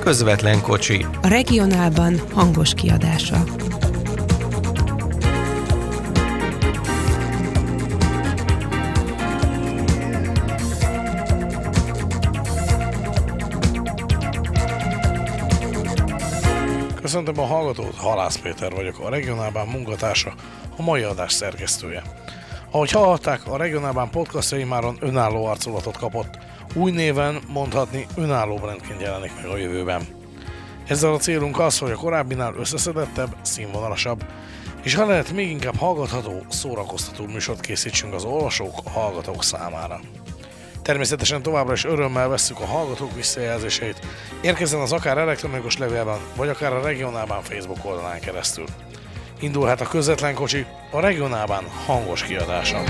közvetlen kocsi. A regionálban hangos kiadása. Köszöntöm a hallgatót, Halász Péter vagyok, a Regionálban munkatársa, a mai adás szerkesztője. Ahogy hallhatták, a Regionálban podcastja immáron önálló arculatot kapott. Új néven, mondhatni önálló brandként jelenik meg a jövőben. Ezzel a célunk az, hogy a korábbinál összeszedettebb, színvonalasabb, és ha lehet még inkább hallgatható, szórakoztató műsort készítsünk az olvasók, a hallgatók számára. Természetesen továbbra is örömmel vesszük a hallgatók visszajelzéseit, érkezzen az akár elektronikus levélben, vagy akár a Regionálban Facebook oldalán keresztül. Indulhat a közvetlen kocsi, a Regionálban hangos kiadása.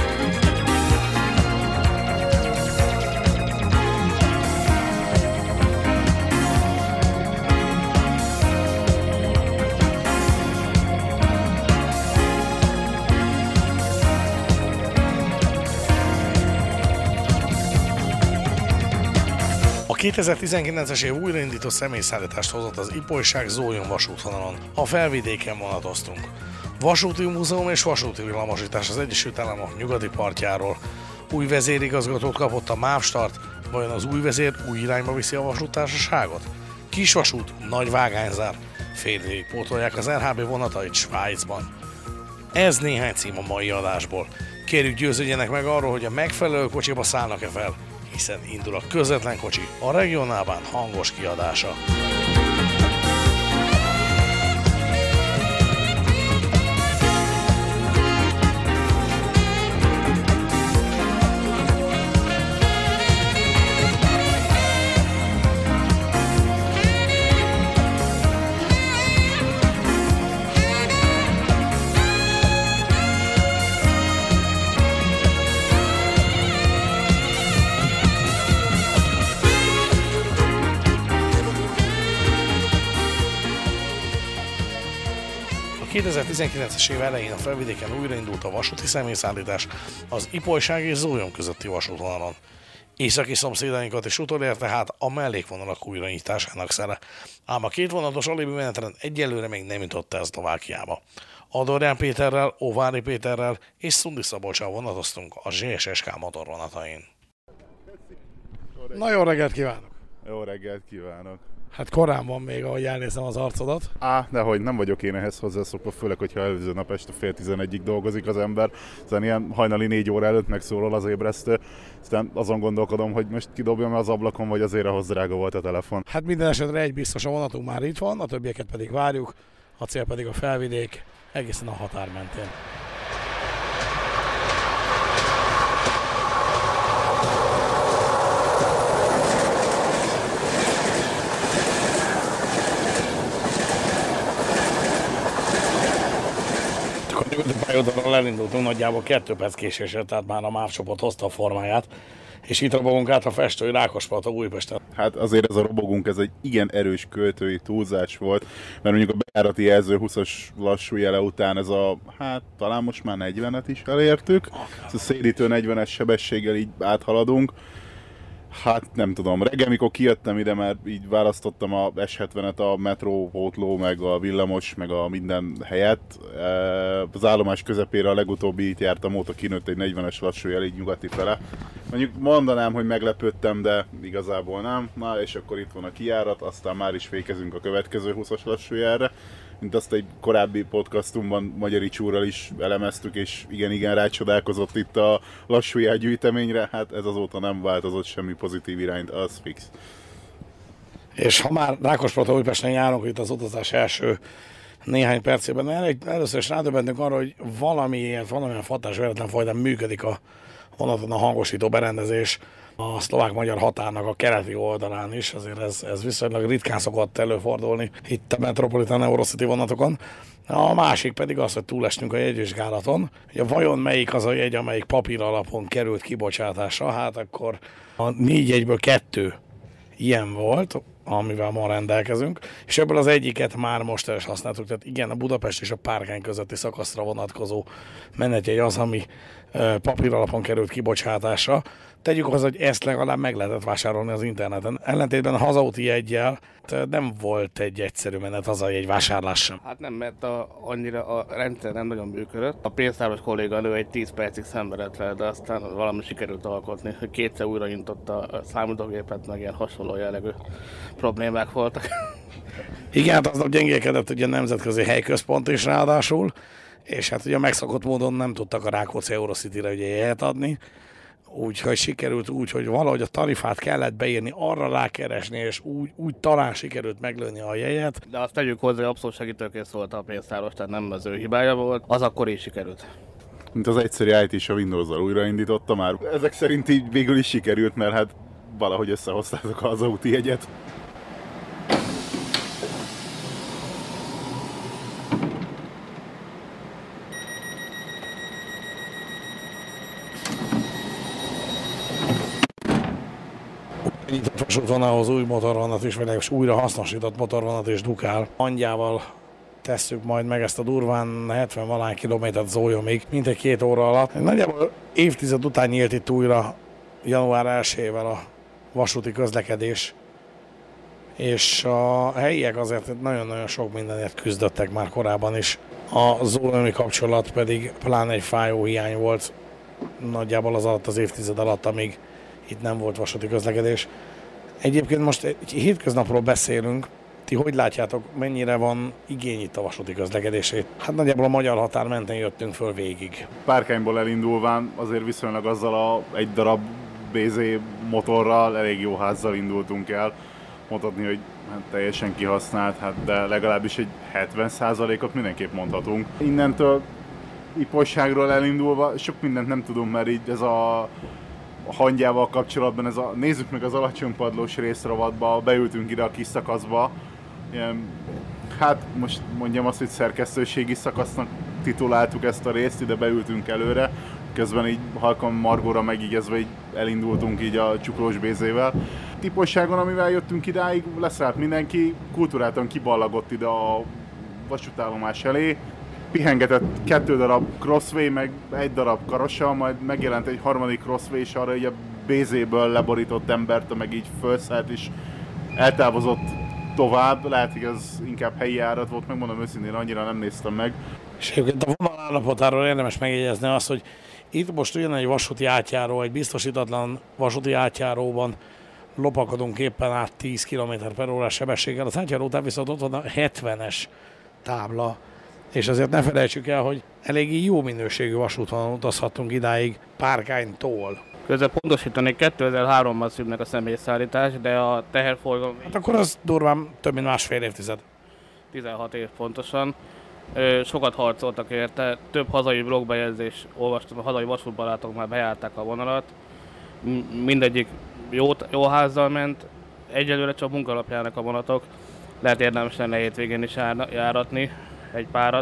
A 2019-es év újraindított személyszállítást hozott az Ipolyság-Zólyom vasútvonalon. A Felvidéken vonatoztunk. Vasúti múzeum és vasúti villamosítás az Egyesült Államok nyugati partjáról. Új vezérigazgatót kapott a MÁV Start, vajon az új vezér új irányba viszi a vasúttársaságot? Kisvasút, nagy vágányzár, félig pótolják az RHB vonatait Svájcban. Ez néhány cím a mai adásból. Kérjük, győződjenek meg arról, hogy a megfelelő kocsiba szállnak-e fel, hiszen indul a közvetlen kocsi, a Regionálban hangos kiadása. A 2019-es év elején a Felvidéken újraindult a vasúti személyszállítás az Ipolyság és Zólyom közötti vasútvonalon. Északi szomszédainkat is utolér tehát a mellékvonalak újranyitásának szere, ám a két vonatos alibi menetrend egyelőre még nem jutott el Szlovákiába. Adorján Péterrel, Óvári Péterrel és Szundi Szabolccsal vonatoztunk a ZSSK motorvonatain. Na, jó reggelt kívánok! Jó reggelt kívánok! Hát korán van még, ahogy elnézem az arcodat. Dehogy nem vagyok én ehhez hozzászokva, főleg, hogyha előző nap este 10:30-ig dolgozik az ember. Aztán ilyen hajnali 4 óra előtt megszólal az ébresztő. Aztán azon gondolkodom, hogy most kidobjam az ablakon, vagy azért ahhoz drága volt a telefon. Hát minden esetre egy biztos, a vonatunk már itt van, a többieket pedig várjuk, a cél pedig a Felvidék, egészen a határ mentén. Pályaudvaron elindultunk nagyjából 2 perc késéssel, tehát már a MÁV csoport hozta a formáját, és itt robogunk át a Festői Rákospalota Újpesten. Hát azért ez a robogunk, ez egy igen erős költői túlzás volt, mert mondjuk a bejárati jelző 20-as lassú jele után ez talán most már 40-et is elértük, ez a szélítő 40-es sebességgel így áthaladunk. Hát nem tudom, reggel mikor kijöttem ide, mert így választottam a S70-et, a metró, pótló, meg a villamos, meg a minden helyet. Az állomás közepére a legutóbbi itt jártam, óta kinőtt egy 40-es lassú jel, így nyugati fele. Mondjuk mondanám, hogy meglepődtem, de igazából nem. Na, és akkor itt van a kijárat, aztán már is fékezünk a következő 20-as lassú jelre. Mint azt egy korábbi podcastunkban Magyarics úrral is elemeztük, és igen rácsodálkozott itt a lassú jelgyűjteményre, hát ez azóta nem változott semmi pozitív irányt, az fix. És ha már Rákospalota Újpesten járunk itt az utazás első néhány percében, először is rádöbbentünk arra, hogy valamilyen fatás véletlen folytán működik a vonaton a hangosító berendezés a szlovák-magyar határnak a keleti oldalán is, azért ez viszonylag ritkán szokott előfordulni itt a Metropolitan Eurocity vonatokon. A másik pedig az, hogy túlestünk a jegyvizsgálaton. Ugye vajon melyik az a jegy, amelyik papír alapon került kibocsátásra, hát akkor a 4 jegyből 2 ilyen volt, amivel ma rendelkezünk, és ebből az egyiket már most el is használtuk. Tehát igen, a Budapest és a Párkány közötti szakaszra vonatkozó menetjegy az, ami papíralapon került kibocsátásra. Tegyük hozzá, hogy ezt legalább meg lehetett vásárolni az interneten. Ellentétben a hazaúti jeggyel nem volt egy egyszerű menet hazajegy vásárlás sem. Hát nem, mert annyira a rendszer nem nagyon működött. A pénztáros kolléganő egy 10 percig szenvedett vele, de aztán valami sikerült alkotni. Kétszer újraindította a számítógépet, meg ilyen hasonló jellegű problémák voltak. Igen, hát aznap gyengélkedett ugye a nemzetközi helyközpont is ráadásul, és hát ugye megszokott módon nem tudtak a Rákóczi Eurocity-re ugye jegyet adni, úgyhogy sikerült úgy, hogy valahogy a tarifát kellett beírni, arra rákeresni, és úgy talán sikerült meglőni a jegyet. De azt tegyük hozzá, hogy abszolút segítőkész volt a pénztáros, tehát nem az ő hibája volt, az akkor is sikerült. Mint az egyszerű IT is a Windows-zal újraindította már. Ezek szerint így végül is sikerült, mert hát valahogy összehoztátok az auti jegyet. Nyitott vasútvonalhoz új motorvonat is, vagy újra hasznosított motorvonat is dukál. Hangyával tesszük majd meg ezt a durván 70-valány kilométert Zólyomig, mintegy 2 óra alatt. Nagyjából évtized után nyílt itt újra január 1-ével a vasúti közlekedés, és a helyiek azért nagyon-nagyon sok mindenért küzdöttek már korábban is. A zólyomi kapcsolat pedig pláne egy fájó hiány volt nagyjából az alatt az évtized alatt, amíg itt nem volt vasúti közlekedés. Egyébként most egy hétköznapról beszélünk. Ti hogy látjátok, mennyire van igény itt a vasúti közlekedését? Hát nagyjából a magyar határ mentén jöttünk föl végig. Párkányból elindulván azért viszonylag azzal egy darab BZ motorral, elég jó házzal indultunk el. Mondhatni, hogy hát teljesen kihasznált, de legalábbis egy 70%-ot mindenképp mondhatunk. Innentől Ipolyságról elindulva sok mindent nem tudunk, mert így ez a hangyával kapcsolatban, nézzük meg az alacsonypadlós részrovatba, beültünk ide a kis szakaszba. Ilyen, hát most mondjam azt, hogy szerkesztőségi szakasznak tituláltuk ezt a részt, ide beültünk előre, közben így halkan Margóra megígezve így elindultunk így a csuklós bézével. Ipolyságon, amivel jöttünk idáig, leszállt mindenki, kultúráltan kiballagott ide a vasútállomás elé, pihengetett 2 darab crossway, meg 1 darab karossal, majd megjelent egy harmadik crossway, és arra így a BZ-ből leborított embert, meg így felszállt, és eltávozott tovább. Lehet, hogy ez inkább helyi járat volt, megmondom őszintén, annyira nem néztem meg. És egyébként a vonal állapotáról érdemes megjegyezni azt, hogy itt most ugyan egy vasúti átjáró, egy biztosítatlan vasúti átjáróban lopakodunk éppen át 10 km/h sebességgel. Az átjáró után viszont ott van a 70-es tábla, és azért ne felejtsük el, hogy eléggé jó minőségű vasútvonalon utazhattunk idáig Párkánytól. Közben pontosítani, 2003-ban szűnnek a személyszállítás, de a teherforgalom... Hát akkor az durván több mint másfél évtized. 16 év pontosan. Sokat harcoltak érte, több hazai blogbejegyzés olvastam, a hazai vasútbarátok már bejárták a vonalat. Mindegyik jó házzal ment, egyelőre csak munkalapjának a vonatok. Lehet érdemes lenne hétvégén is járatni egy párat.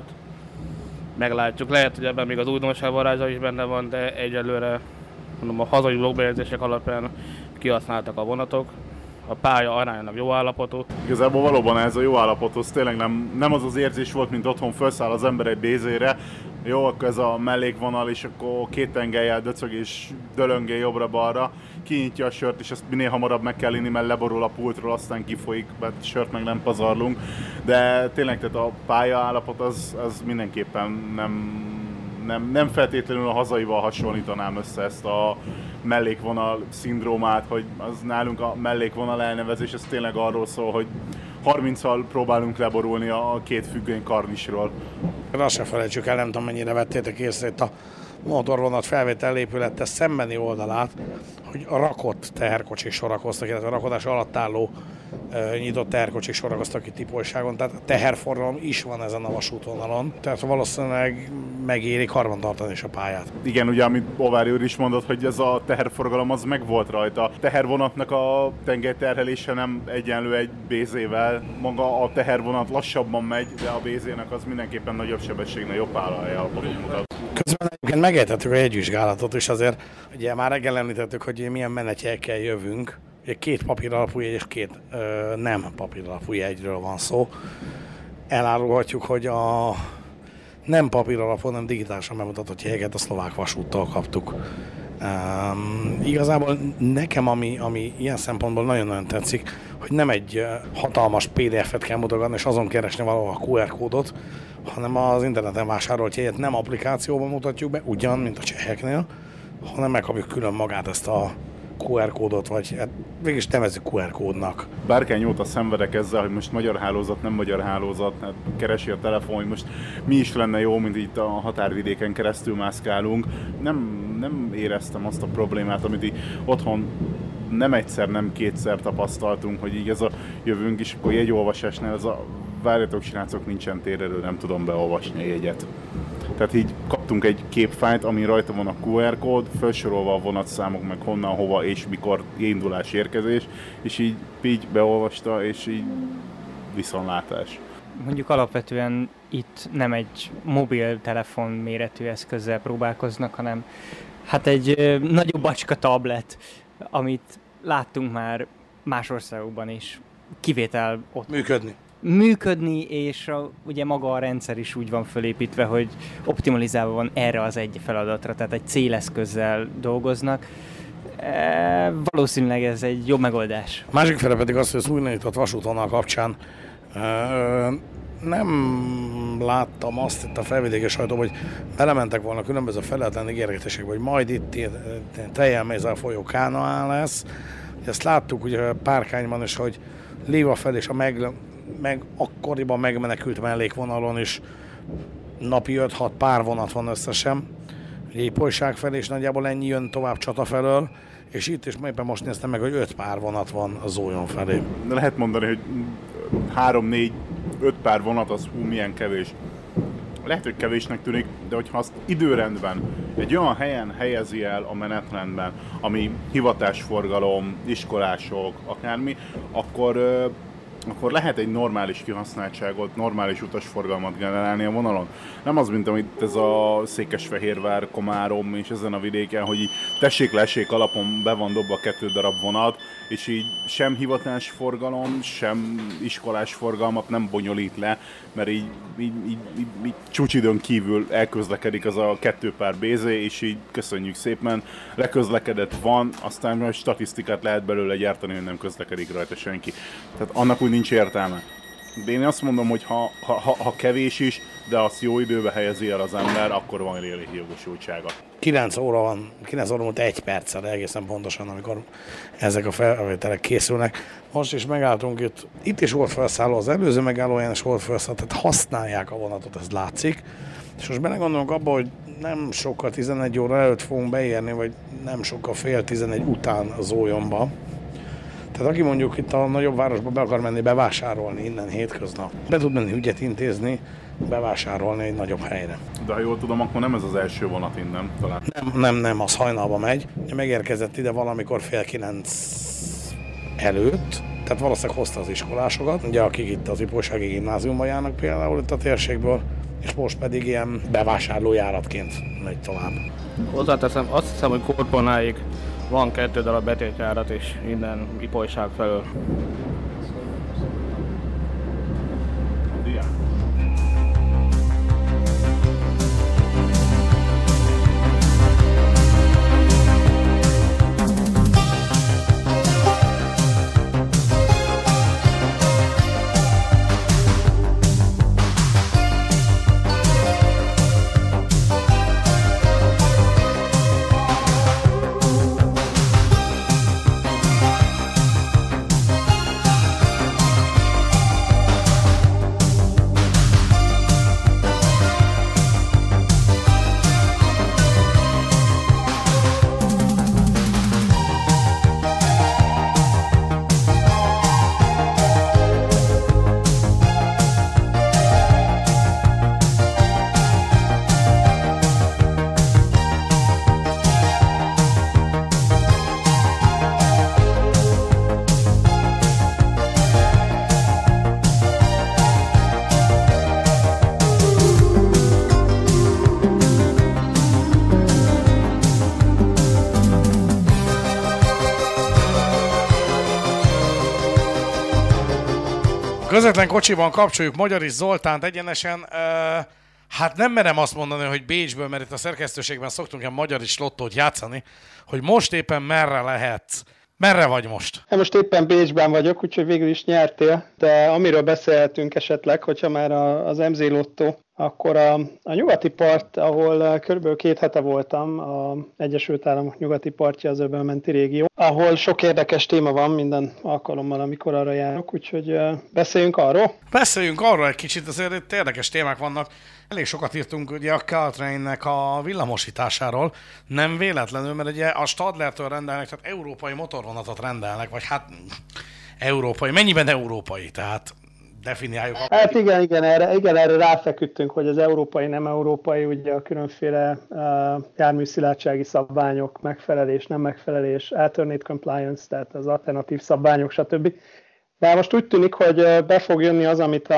Meglátjuk, lehet, hogy ebben még az újdonság varázsa is benne van, de egyelőre mondom, a hazai blogbejegyzések alapján kihasználtak a vonatok. A pálya aránylag jó állapotú. Igazából valóban ez a jó állapothoz tényleg nem az az érzés volt, mint otthon felszáll az ember egy BZ-re. Jó, akkor ez a mellékvonal, és akkor 2 tengelyel döcög és dölöngél jobbra-balra. Kinyitja a sört, és ezt minél hamarabb meg kell inni, mert leborul a pultról, aztán kifolyik, mert sört meg nem pazarlunk. De tényleg tehát a pálya állapot az mindenképpen nem feltétlenül a hazaival hasonlítanám össze ezt a mellékvonal szindrómát, hogy az nálunk a mellékvonal elnevezés, ez tényleg arról szól, hogy 30-al próbálunk leborulni a 2 függöny karnisról. Azt se felejtsük el, nem tudom mennyire vettétek észre itt a motorvonat felvétel épülettel szembeni oldalát, hogy a rakott teherkocsik sorakoztak, illetve a rakodás alatt álló nyitott teherkocsik sorakoztak itt Ipolyságon, tehát teherforgalom is van ezen a vasútvonalon, tehát valószínűleg megéri karbantartani is a pályát. Igen, ugye amit Ovári úr is mondott, hogy ez a teherforgalom az meg volt rajta. A tehervonatnak a tengelyterhelése nem egyenlő egy BZ-vel, maga a tehervonat lassabban megy, de a BZ-nek az mindenképpen nagyobb sebességnél jobb állapotot mutat. Közben egyébként megejtettük a jegyvizsgálatot is azért, ugye már reggel említettük, hogy milyen menetjegyekkel jövünk, Ugye 2 papíralapú jegy és 2 nem papíralapú jegyről van szó. Elárulhatjuk, hogy a nem papíralapú, hanem digitálisan bemutatott jegyeket a Szlovák Vasúttól kaptuk. Igazából nekem, ami ilyen szempontból nagyon-nagyon tetszik, hogy nem egy hatalmas PDF-et kell mutogatni, és azon keresni valahol a QR kódot, hanem az interneten vásárolt jegyet nem applikációban mutatjuk be, ugyan, mint a cseheknél, hanem megkapjuk külön magát ezt a QR kódot, vagy hát végülis nevezzük QR kódnak. Bárkány óta szenvedek ezzel, hogy most magyar hálózat, nem magyar hálózat, hát keresi a telefon, hogy most mi is lenne jó, mint itt a határvidéken keresztül mászkálunk. Nem éreztem azt a problémát, amit így otthon nem egyszer, nem kétszer tapasztaltunk, hogy így ez a jövőnk is, akkor jegyolvasásnál ez a várjatok srácok, nincsen térerő, nem tudom beolvasni a jegyet. Tehát így kaptunk egy képfájt, ami rajta van a QR kód, felsorolva a vonatszámok, meg honnan, hova és mikor indulás, érkezés, és így beolvasta, és így viszontlátás. Mondjuk alapvetően itt nem egy mobiltelefon méretű eszközzel próbálkoznak, hanem hát egy nagyobb bacska tablet, amit láttunk már más országokban is, kivétel ott működni, és ugye maga a rendszer is úgy van fölépítve, hogy optimalizálva van erre az egy feladatra, tehát egy céleszközzel dolgoznak. Valószínűleg ez egy jobb megoldás. A másik fele pedig az, hogy az újraindított vasútvonal kapcsán nem láttam azt itt a felvidéki sajtóban, hogy belementek volna különböző felületlen ígérgetésekbe, hogy majd itt Tejjelmézzel folyó Kánaán lesz. Ezt láttuk ugye Párkányban is, hogy Léva felé és a meg akkoriban megmenekült mellékvonalon is napi 5-6 pár vonat van összesen. Ipolyság felé is nagyjából ennyi jön tovább Csata felől, és itt is éppen most néztem meg, hogy 5 pár vonat van a Zójon felé. Lehet mondani, hogy 3-4-5 pár vonat, az milyen kevés. Lehet, hogy kevésnek tűnik, de hogyha azt időrendben, egy olyan helyen helyezi el a menetrendben, ami hivatásforgalom, iskolások, akármi, akkor lehet egy normális kihasználtságot, normális utasforgalmat generálni a vonalon. Nem az, mint amit ez a Székesfehérvár, Komárom és ezen a vidéken, hogy így tessék-lessék alapon be van dobva 2 darab vonat, és így sem hivatásforgalom, sem iskolásforgalmat nem bonyolít le, mert így csúcsidőn kívül elközlekedik az a 2 pár BZ, és így köszönjük szépen, leközlekedett van, aztán majd statisztikát lehet belőle gyártani, hogy nem közlekedik rajta senki. Tehát annak úgy nincs értelme. De én azt mondom, hogy ha kevés is, de azt jó időbe helyezi el az ember, akkor van jogosultsága. 9 óra múlt 1 perccel egészen pontosan, amikor ezek a felvételek készülnek. Most is megálltunk itt is volt felszálló, az előző megállóján is volt felszálló, tehát használják a vonatot, ez látszik. És most belegondolunk abba, hogy nem sokkal 11 óra előtt fogunk beérni, vagy nem sokkal fél 11 után az Zólyonba. Tehát aki mondjuk itt a nagyobb városba be akar menni bevásárolni innen hétköznap, be tud menni ügyet intézni, bevásárolni egy nagyobb helyre. De ha jól tudom, akkor nem ez az első vonat innen talán. Nem, az hajnalba megy. Megérkezett ide valamikor 8:30 előtt, tehát valószínűleg hozta az iskolásokat, ugye akik itt az Ipolysági Gimnáziumban járnak például itt a térségből, és most pedig ilyen bevásárlójáratként megy tovább. Hozzáteszem, azt hiszem, hogy Korponáig van 2 darab betétjárat is innen Ipolyság felől. A közvetlen kocsiban kapcsoljuk Magyarics Zoltánt egyenesen. Hát nem merem azt mondani, hogy Bécsből, mert itt a szerkesztőségben szoktunk ilyen Magyarics lottót játszani, hogy most éppen merre lehetsz. Merre vagy most? Hát most éppen Bécsben vagyok, úgyhogy végül is nyertél, de amiről beszélhetünk esetleg, hogyha már az MZ Lottó, akkor a nyugati part, ahol körülbelül 2 hete voltam, az Egyesült Államok nyugati partja, az öbölmenti régió, ahol sok érdekes téma van minden alkalommal, amikor arra járok, úgyhogy beszéljünk arról. Beszéljünk arról egy kicsit, azért itt érdekes témák vannak. Elég sokat írtunk ugye a Caltrainnek a villamosításáról, nem véletlenül, mert ugye a Stadlertől rendelnek, tehát európai motorvonatot rendelnek, vagy hát európai, mennyiben európai, tehát definiáljuk. Hát igen, erre ráfeküdtünk, hogy az európai, nem európai, ugye a különféle járműszilárdsági szabványok, megfelelés, nem megfelelés, alternate compliance, tehát az alternatív szabványok, stb. De most úgy tűnik, hogy be fog jönni az, amit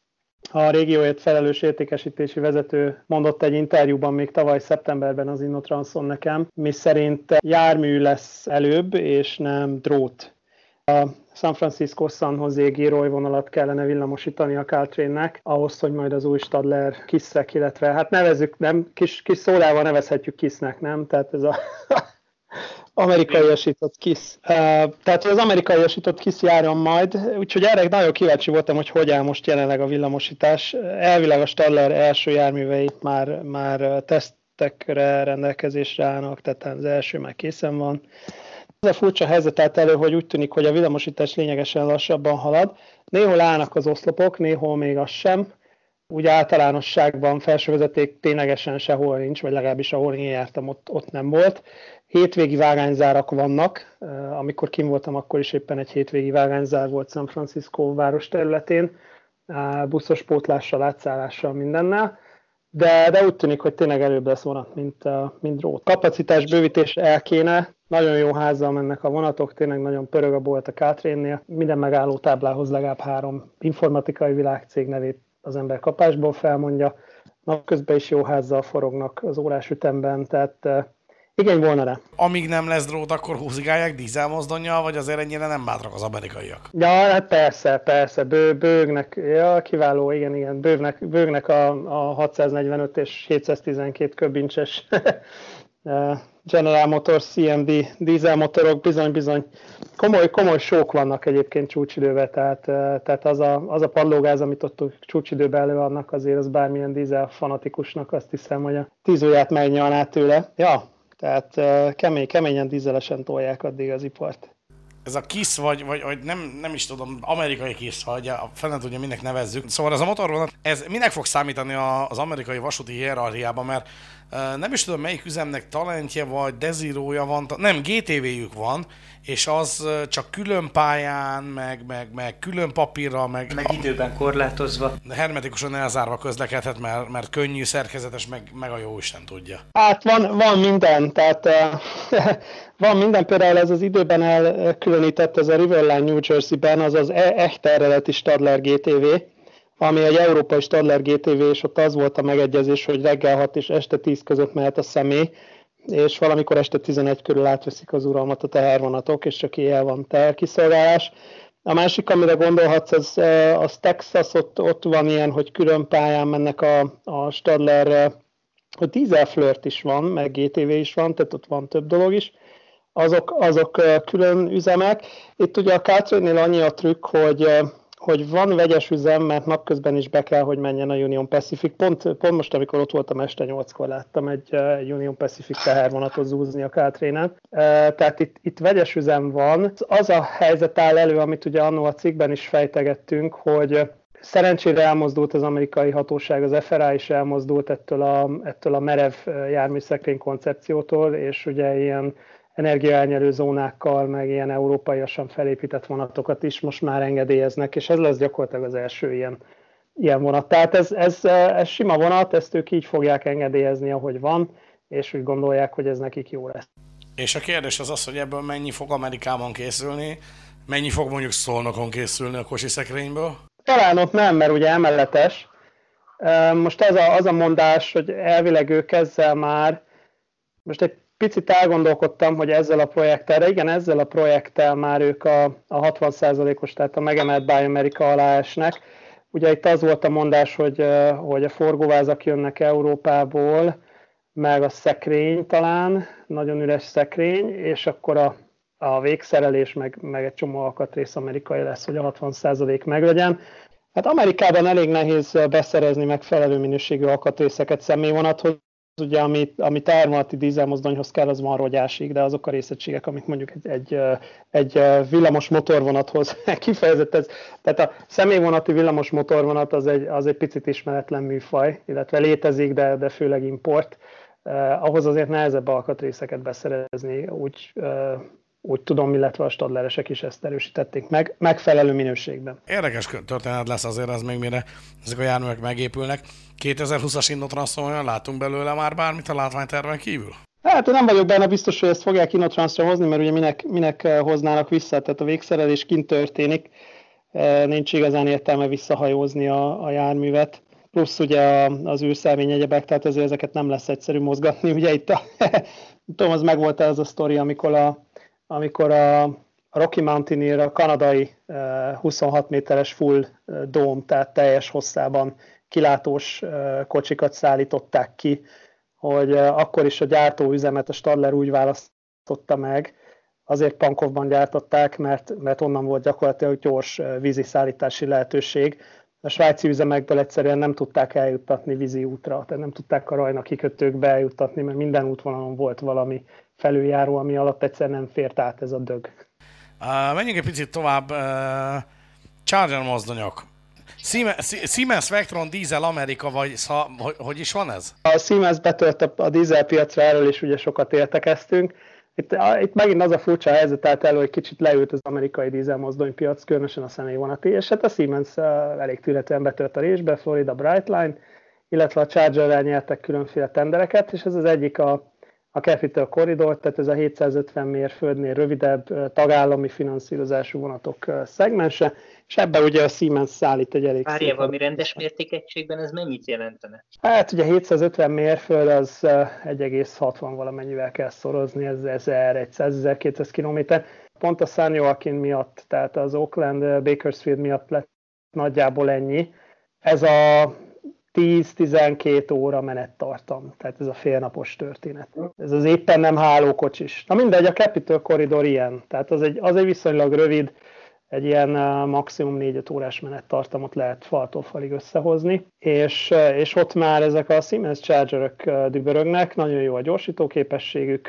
a régióért felelős értékesítési vezető mondott egy interjúban még tavaly szeptemberben az Innotranson nekem, miszerint jármű lesz előbb, és nem drót. A San Francisco-San Jose-Giroy vonalat kellene villamosítani a Caltrainnek, ahhoz, hogy majd az új Stadler KISZ-ek, illetve hát nevezzük, nem, kis szólával nevezhetjük KISZ-nek, nem? Tehát ez a amerikaiasított KISZ. Tehát az amerikaiasított KISZ járjon majd, úgyhogy erre nagyon kíváncsi voltam, hogy áll most jelenleg a villamosítás. Elvileg a Stadler első járművei már tesztekre rendelkezésre állnak, tehát az első már készen van. Ez a furcsa helyzet állt elő, hogy úgy tűnik, hogy a villamosítás lényegesen lassabban halad. Néhol állnak az oszlopok, néhol még az sem. Úgy általánosságban felsővezeték ténylegesen sehol nincs, vagy legalábbis ahol én jártam, ott nem volt. Hétvégi vágányzárak vannak. Amikor kim voltam, akkor is éppen egy hétvégi vágányzár volt San Francisco város területén, buszos pótlással, átszállással, mindennel. De úgy tűnik, hogy tényleg előbb lesz vonat, mint drót. Kapacitás bővítés el kéne, nagyon jó házzal mennek a vonatok, tényleg nagyon pörög a bolt a Caltrainnél. Minden megálló táblához legalább 3 informatikai világcég nevét az ember kapásból felmondja. Napközben is jó házzal forognak az órás ütemben, tehát igény volna rá. Amíg nem lesz drót, akkor húzigálják dízelmozdonnyal, vagy azért ennyire nem bátrak az amerikaiak? Ja, hát persze, bőgnek, ja, kiváló, igen, bőgnek a 645 és 712 köbincses General Motors CMD dízelmotorok, bizony komoly sók vannak egyébként csúcsidőben, tehát az a padlógáz, amit ott csúcsidőben előadnak, azért az bármilyen dízel fanatikusnak azt hiszem, hogy a 10 ujját megnyalná tőle. Ja, tehát keményen dízelesen tolják addig az ipart. Ez a KISZ, vagy nem is tudom, amerikai KISZ, vagy a fene tudja, minek nevezzük. Szóval ez a motorvonat, ez minek fog számítani az amerikai vasúti hierarchiában, mert nem is tudom, melyik üzemnek talentje vagy dezirója van, nem, GTV-jük van, és az csak külön pályán, meg külön papírral, meg időben korlátozva. Hermetikusan elzárva közlekedhet, mert könnyű, szerkezetes, meg a jó Isten tudja. Hát van minden, tehát van minden, például ez az időben elkülönített, ez a Riverline New Jersey-ben, az az echt eredeti Stadler GTV, ami egy európai Stadler GTV, és ott az volt a megegyezés, hogy reggel 6 és este 10 között mehet a személy, és valamikor este 11 körül átveszik az uralmat a tehervonatok, és csak éjjel van teherkiszolgálás. A másik, amire gondolhatsz, az Texas, ott van ilyen, hogy külön pályán mennek a Stadler, hogy dízelflirt is van, meg GTV is van, tehát ott van több dolog is. Azok külön üzemek. Itt ugye a Caltrainnél annyi a trükk, hogy van vegyes üzem, mert napközben is be kell, hogy menjen a Union Pacific. Pont most, amikor ott voltam este 8-kor, láttam egy Union Pacific tehervonatot zúzni a Caltrainen. Tehát itt vegyes üzem van. Az a helyzet áll elő, amit ugye annó a cikkben is fejtegettünk, hogy szerencsére elmozdult az amerikai hatóság, az FRA is elmozdult ettől a merev járműszekrény koncepciótól, és ugye ilyen energiaelnyelő zónákkal, meg ilyen európaiasan felépített vonatokat is most már engedélyeznek, és ez lesz gyakorlatilag az első ilyen vonat. Tehát ez sima vonat, ezt ők így fogják engedélyezni, ahogy van, és úgy gondolják, hogy ez nekik jó lesz. És a kérdés az, hogy ebből mennyi fog Amerikában készülni, mennyi fog mondjuk Szolnokon készülni a kocsiszerényből? Talán ott nem, mert ugye emeletes. Most az a mondás, hogy elvileg ők ezzel már, most egy picit elgondolkodtam, hogy ezzel a projekttel már ők a 60%-os, tehát a megemelt Buy America alá esnek. Ugye itt az volt a mondás, hogy a forgóvázak jönnek Európából, meg a szekrény talán, nagyon üres szekrény, és akkor a végszerelés, meg egy csomó alkatrész amerikai lesz, hogy a 60% meglegyen. Hát Amerikában elég nehéz beszerezni megfelelő minőségű alkatrészeket személyvonathoz. Ugye, ami tárolati dízelmozdonyhoz kell, az van rogyásig, de azok a részegységek, amit mondjuk egy villamos motorvonathoz kifejezett ez. Tehát a személyvonati villamos motorvonat az egy picit ismeretlen műfaj, illetve létezik, de főleg import. Ahhoz azért nehezebb alkatrészeket beszerezni, úgy tudom, illetve a Stadleresek is ezt erősítették meg, megfelelő minőségben. Érdekes történet lesz azért ez még, mire ezek a járművek megépülnek. 2020-as Innotranszon látunk belőle már bármit a látványterven kívül? Hát én nem vagyok benne biztos, hogy ezt fogják Innotranszra hozni, mert ugye minek hoznának vissza, tehát a végszerelés kint történik, nincs igazán értelme visszahajózni a járművet. Plusz ugye az űrszelvény egyebek, tehát azért ezeket nem lesz egyszerű mozgatni. Ugye itt tudom, az megvolt ez a sztori, amikor a Rocky Mountaineer a kanadai 26 méteres full dome, tehát teljes hosszában kilátós kocsikat szállították ki, hogy akkor is a gyártóüzemet a Stadler úgy választotta meg, azért Pankovban gyártották, mert onnan volt gyakorlatilag gyors vízi szállítási lehetőség. A svájci üzemekből egyszerűen nem tudták eljuttatni vízi útra, tehát nem tudták a Rajna kikötőkbe eljuttatni, mert minden útvonalon volt valami felüljáró, ami alatt egyszerűen nem fért át ez a dög. Menjünk egy picit tovább. Charger mozdonyok. Siemens Vectron Diesel Amerika, vagy hogy is van ez? A Siemens betölt a dízel piacra, erről is ugye sokat értekeztünk. Itt megint az a furcsa helyzet állt elő, hogy kicsit leült az amerikai dízelmozdonypiac, különösen a személyvonati, és hát a Siemens elég tűretően betört a résbe, Florida Brightline, illetve a Chargerrel nyertek különféle tendereket, és ez az egyik a Capital Corridor, tehát ez a 750 mérföldnél rövidebb tagállami finanszírozású vonatok szegmense, és ebben ugye a Siemens szállít egy elég szép... valami rendes mértékegységben ez mennyit jelentene? Hát ugye 750 mérföld az 1,60 valamennyivel kell szorozni, ez 1100-1200 kilométer. Pont a San Joaquin miatt, tehát az Oakland Bakersfield miatt lett nagyjából ennyi. Ez a 10-12 óra menettartam, tehát ez a félnapos történet. Ez az éppen nem hálókocsis. Na mindegy, a Capital Corridor ilyen, tehát az egy viszonylag rövid, egy ilyen maximum 4-5 órás menettartamot lehet faltól falig összehozni, és ott már ezek a Siemens Chargerök dübörögnek, nagyon jó a gyorsító képességük,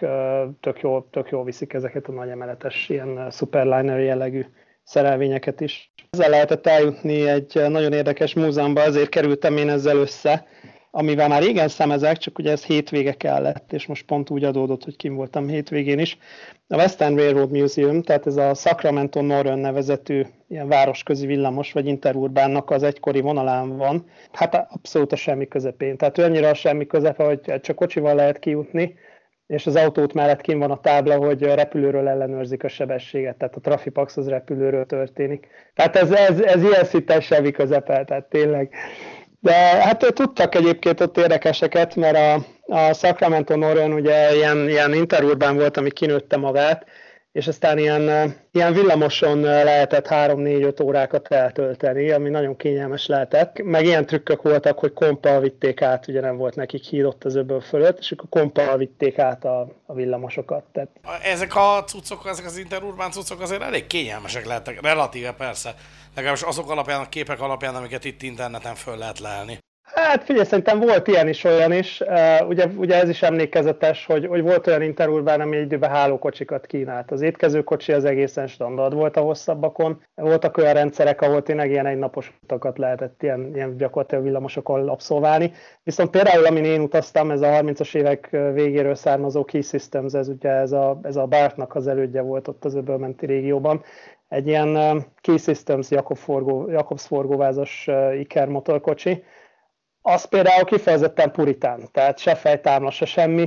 tök jól viszik ezeket a nagy emeletes ilyen superliner jellegű szerelvényeket is. Ezzel lehetett eljutni egy nagyon érdekes múzeumban, azért kerültem én ezzel össze, amivel már régen szemezek, csak ugye ez hétvége kellett, és most pont úgy adódott, hogy kim voltam hétvégén is. A Western Railroad Museum, tehát ez a Sacramento Northern nevezetű ilyen városközi villamos, vagy interurbánnak az egykori vonalán van. Hát abszolút a semmi közepén. Tehát annyira a semmi közepe, hogy csak kocsival lehet kijutni, és az autót mellett kint van a tábla, hogy repülőről ellenőrzik a sebességet, tehát a Trafipax az repülőről történik. Tehát ez ilyen szinten semmi közepe, tehát tényleg. De hát tudtak egyébként ott érdekeseket, mert a Sacramento Northern ugye ilyen interurbán volt, ami kinőtte magát, és aztán ilyen villamoson lehetett 3-4-5 órákat eltölteni, ami nagyon kényelmes lehetett. Meg ilyen trükkök voltak, hogy kompal vitték át, ugye nem volt nekik híd ott az öböl fölött, és akkor kompal vitték át a villamosokat. Tehát... Ezek a cuccok, ezek az interurbán cuccok azért elég kényelmesek lehetnek, relatíve persze. Legalábbis azok alapján, a képek alapján, amiket itt interneten föl lehet lelni. Hát figyelj, szerintem volt ilyen is, olyan is. Ugye ez is emlékezetes, hogy volt olyan interurbán, ami egy időben hálókocsikat kínált. Az étkezőkocsi az egészen standard volt a hosszabbakon. Voltak olyan rendszerek, ahol tényleg ilyen egynapos utakat lehetett ilyen gyakorlatilag villamosokon abszolválni. Viszont például, amin én utaztam, ez a 30-as évek végéről származó Key Systems, ez a BART-nak az elődje volt ott az öbölmenti régióban. Egy ilyen Key Systems Jakobs forgóvázas Iker motorkocsi. Az például kifejezetten puritán, tehát se fejtámla, se semmi,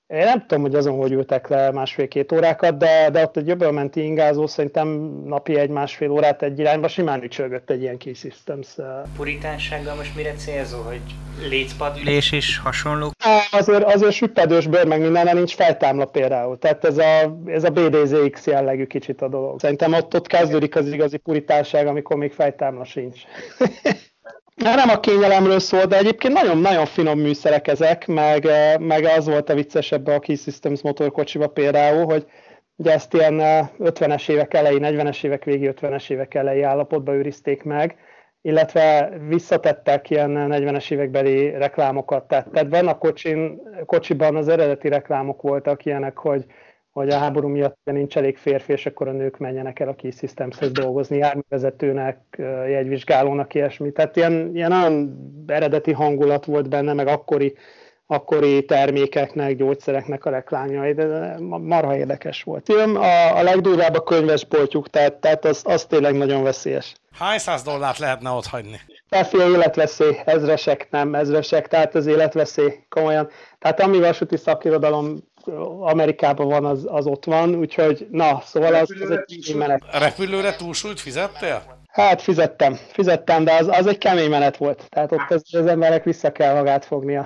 Én nem tudom, hogy azon hogy ültek le 1,5-2 órákat, de ott egy öbölmenti ingázó szerintem napi 1-1,5 órát egy irányba simán ücsörgött egy ilyen Key Systems. Puritánsággal most mire célzó, hogy lécpadülés és hasonló? Azért süppedős bőr, meg mindenre nincs fejtámla például. Tehát ez a BDZX jellegű kicsit a dolog. Szerintem ott kezdődik az igazi puritánság, amikor még fejtámla sincs. Nem a kényelemről szól, de egyébként nagyon-nagyon finom műszerek ezek, meg az volt a vicces ebbe a Key Systems motorkocsiba például, hogy ugye ezt ilyen 50-es évek elejé, 40-es évek végi, 50-es évek elejé állapotba őrizték meg, illetve visszatettek ilyen 40-es évekbeli reklámokat. Tehát benne a kocsiban az eredeti reklámok voltak ilyenek, hogy a háború miatt nincs elég férfi, és akkor a nők menjenek el a Key Systemshez dolgozni, járművezetőnek, jegyvizsgálónak, ilyesmi. Tehát ilyen nagyon eredeti hangulat volt benne, meg akkori termékeknek, gyógyszereknek a reklámjai, de marha érdekes volt. A legdurvább a könyvesboltjuk, tehát az tényleg nagyon veszélyes. Hány $100 lehetne ott hagyni? Persze életveszély, ezresek, tehát az életveszély, komolyan. Tehát ami vasúti szakirodalom Amerikában van, az ott van, úgyhogy na, szóval az egy kemény menet. A repülőre túlsúlyt fizettél? Hát fizettem, de az egy kemény menet volt. Tehát ott az emberek vissza kell magát fognia.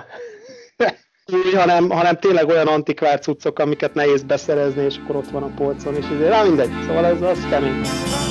hanem tényleg olyan antikvár cuccok, amiket nehéz beszerezni, és akkor ott van a polcon, és azért, na mindegy, szóval az kemény.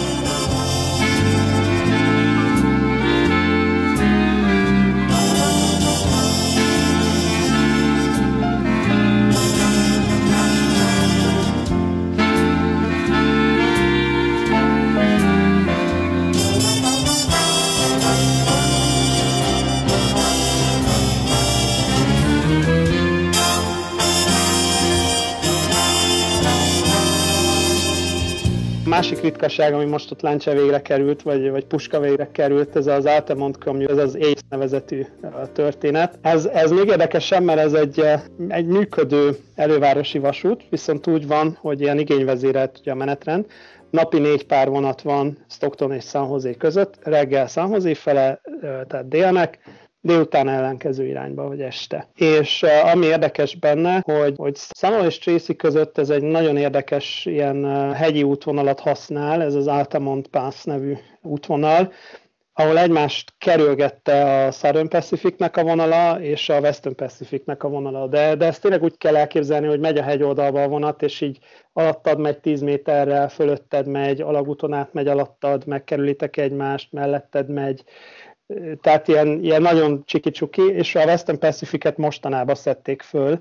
Másik ritkaság, ami most ott Lancia végre került, vagy Puska végre került, ez az Altamont Commute, ez az ACE nevezetű történet. Ez még érdekesebb, mert ez egy működő elővárosi vasút, viszont úgy van, hogy ilyen igényvezérelt ugye a menetrend. Napi 4 pár vonat van Stockton és San Jose között, reggel San Jose fele, tehát délnek, délután ellenkező irányba, vagy este. És ami érdekes benne, hogy San és Tracy között ez egy nagyon érdekes ilyen hegyi útvonalat használ, ez az Altamont Pass nevű útvonal, ahol egymást kerülgette a Southern Pacificnek a vonala és a Western Pacificnek a vonala. De ezt tényleg úgy kell elképzelni, hogy megy a hegyoldalba a vonat, és így alattad megy 10 méterrel, fölötted megy, alagúton át megy alattad, megkerülitek egymást, melletted megy. Tehát ilyen nagyon csiki-csuki, és a Western Pacificet mostanában szedték föl,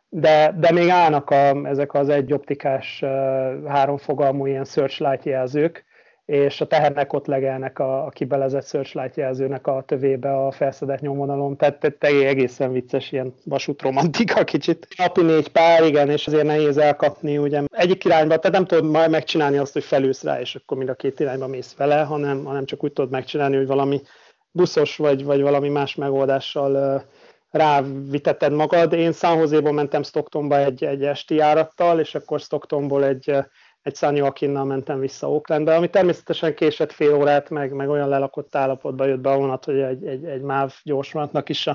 de még állnak ezek az egyoptikás, háromfogalmú ilyen searchlight jelzők, és a tehernek ott legelnek a kibelezett searchlight jelzőnek a tövébe a felszedett nyomvonalon, tehát egészen vicces ilyen vasútromantika kicsit. Napi 4 pár, igen, és azért nehéz elkapni, ugye egyik irányba, tehát nem tudod majd megcsinálni azt, hogy felülsz rá, és akkor mind a két irányba mész vele, hanem csak úgy tudod megcsinálni, hogy valami buszos vagy valami más megoldással ráviteted magad. Én San Jose-ból mentem Stocktonba egy esti járattal, és akkor Stocktonból egy San Joaquinnal mentem vissza Oaklandbe, ami természetesen késett fél órát, meg olyan lelakott állapotba jött be a vonat, hogy egy MÁV gyorsvonatnak is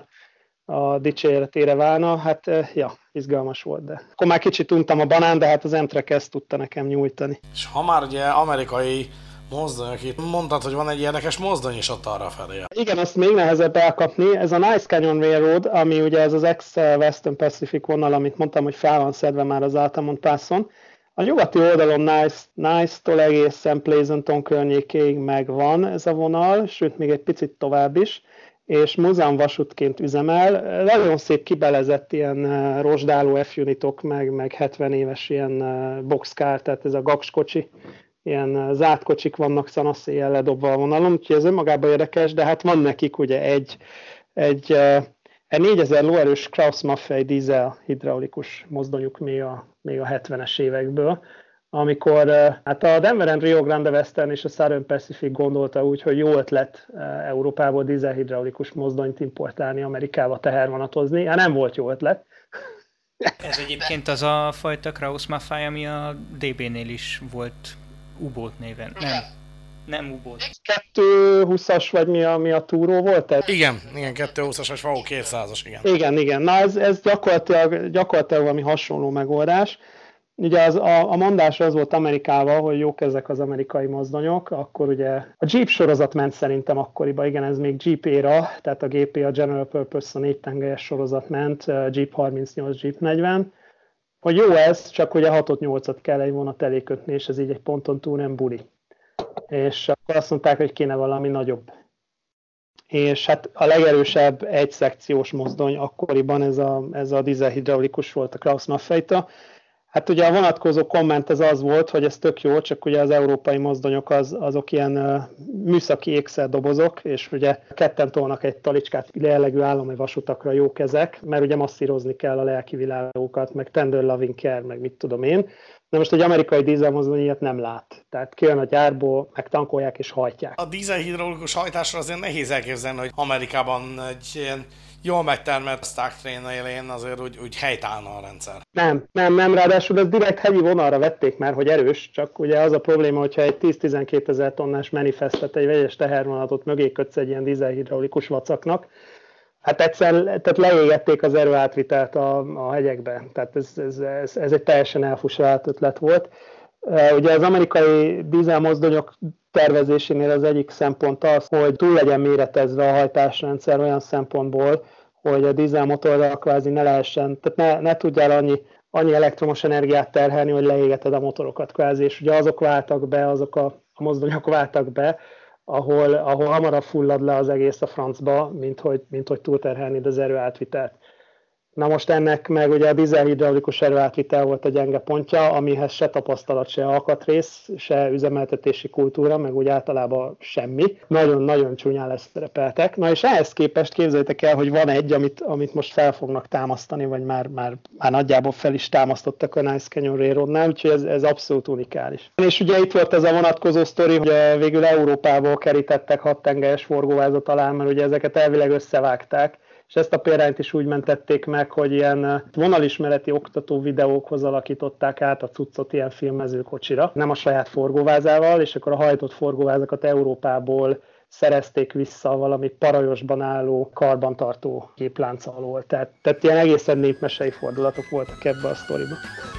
a dicséretére válna. Hát ja, izgalmas volt, de akkor már kicsit untam a banán, de hát az Amtrak ezt tudta nekem nyújtani. És ha már ugye amerikai mozdony, itt mondtad, hogy van egy érdekes mozdony is ott arra felé. Igen, azt még nehezebb elkapni. Ez a Nice Canyon Railroad, ami ugye ez az ex-Western Pacific vonal, amit mondtam, hogy fel van szedve már az Altamont Passon. A nyugati oldalon Nice-tól egészen Pleasanton környékéig megvan ez a vonal, sőt még egy picit tovább is, és múzeumvasútként üzemel. Nagyon szép kibelezett ilyen rozsdáló F-unitok, meg 70 éves ilyen boxcar, tehát ez a gakskocsi, ilyen zárt kocsik vannak szanaszéjjel ledobva a vonalon, úgyhogy ez önmagában érdekes, de hát van nekik ugye egy 4000 lóerős Krauss-Maffei dízel hidraulikus mozdonyuk még a 70-es évekből, amikor hát a Denver and Rio Grande Western és a Southern Pacific gondolta úgy, hogy jó ötlet Európából dízel hidraulikus mozdonyt importálni, Amerikába tehervonatozni. Hát nem volt jó ötlet. Ez egyébként az a fajta Krauss-Maffei, ami a DB-nél is volt U-boat néven, nem? Nem U-boat. 220-as vagy mi a túró volt ez? Igen, 220-as vagy FAU 200-as, igen. Igen. Na ez gyakorlatilag valami hasonló megoldás. Ugye a mondás az volt Amerikával, hogy jók ezek az amerikai mozdonyok, akkor ugye a Jeep sorozat ment szerintem akkoriban, igen, ez még Jeep éra, tehát a GP, a General Purpose, a 4 tengelyes sorozat ment, Jeep 38, Jeep 40, hogy jó ez, csak ugye 6-8-at kell egy vonat elé kötni, és ez így egy ponton túl nem buli. És akkor azt mondták, hogy kéne valami nagyobb. És hát a legerősebb egyszekciós mozdony akkoriban ez a dízelhidraulikus volt, a Krauss-Maffei-ta. Hát ugye a vonatkozó komment az volt, hogy ez tök jó, csak ugye az európai mozdonyok azok ilyen műszaki ékszerdobozok, és ugye ketten tolnak egy talicskát, jellegű állami vasutakra jók ezek, mert ugye masszírozni kell a lelki világokat, meg tender loving care, meg mit tudom én. Na most egy amerikai dízelmozdony ilyet nem lát. Tehát kijön a gyárból, megtankolják és hajtják. A dízelhidraulikus hajtásra azért nehéz elképzelni, hogy Amerikában egy ilyen jól megtermelt Stark Train élén azért úgy helytállna a rendszer. Nem, ráadásul ez direkt hegyi vonalra vették már, hogy erős, csak ugye az a probléma, hogyha egy 10-12 ezer tonnás manifestet, egy vegyes tehervonatot mögé kötsz egy ilyen dízelhidraulikus vacaknak, hát tehát leégették az erőátvitelt a hegyekbe. Tehát ez egy teljesen elfusolált ötlet volt. Ugye az amerikai dízelmozdonyok tervezésénél az egyik szempont az, hogy túl legyen méretezve a hajtásrendszer olyan szempontból, hogy a dízelmotorral kvázi ne lehessen, tehát ne tudjál annyi elektromos energiát terhelni, hogy leégeted a motorokat kvázi, és ugye azok a mozdonyok váltak be, ahol hamarabb fullad le az egész a francba, mint hogy túlterhelnéd az erőátvitelt. Na most ennek meg ugye a dízelhidraulikus erőátvitel volt a gyenge pontja, amihez se tapasztalat, se alkatrész, se üzemeltetési kultúra, meg úgy általában semmi. Nagyon-nagyon csúnyán leszerepeltek. Na és ehhez képest képzeljétek el, hogy van egy, amit most fel fognak támasztani, vagy már nagyjából fel is támasztottak a Nice Canyon Railroadnál, úgyhogy ez abszolút unikális. És ugye itt volt ez a vonatkozó sztori, hogy végül Európából kerítettek 6 tengelyes forgóvázat alá, mert ugye ezeket elvileg összevágták, és ezt a példányt is úgy mentették meg, hogy ilyen vonalismereti oktató videókhoz alakították át a cuccot ilyen filmezőkocsira, nem a saját forgóvázával, és akkor a hajtott forgóvázakat Európából szerezték vissza valami parajosban álló karbantartó képlánc alól. Tehát ilyen egészen népmesei fordulatok voltak ebbe a sztoriba.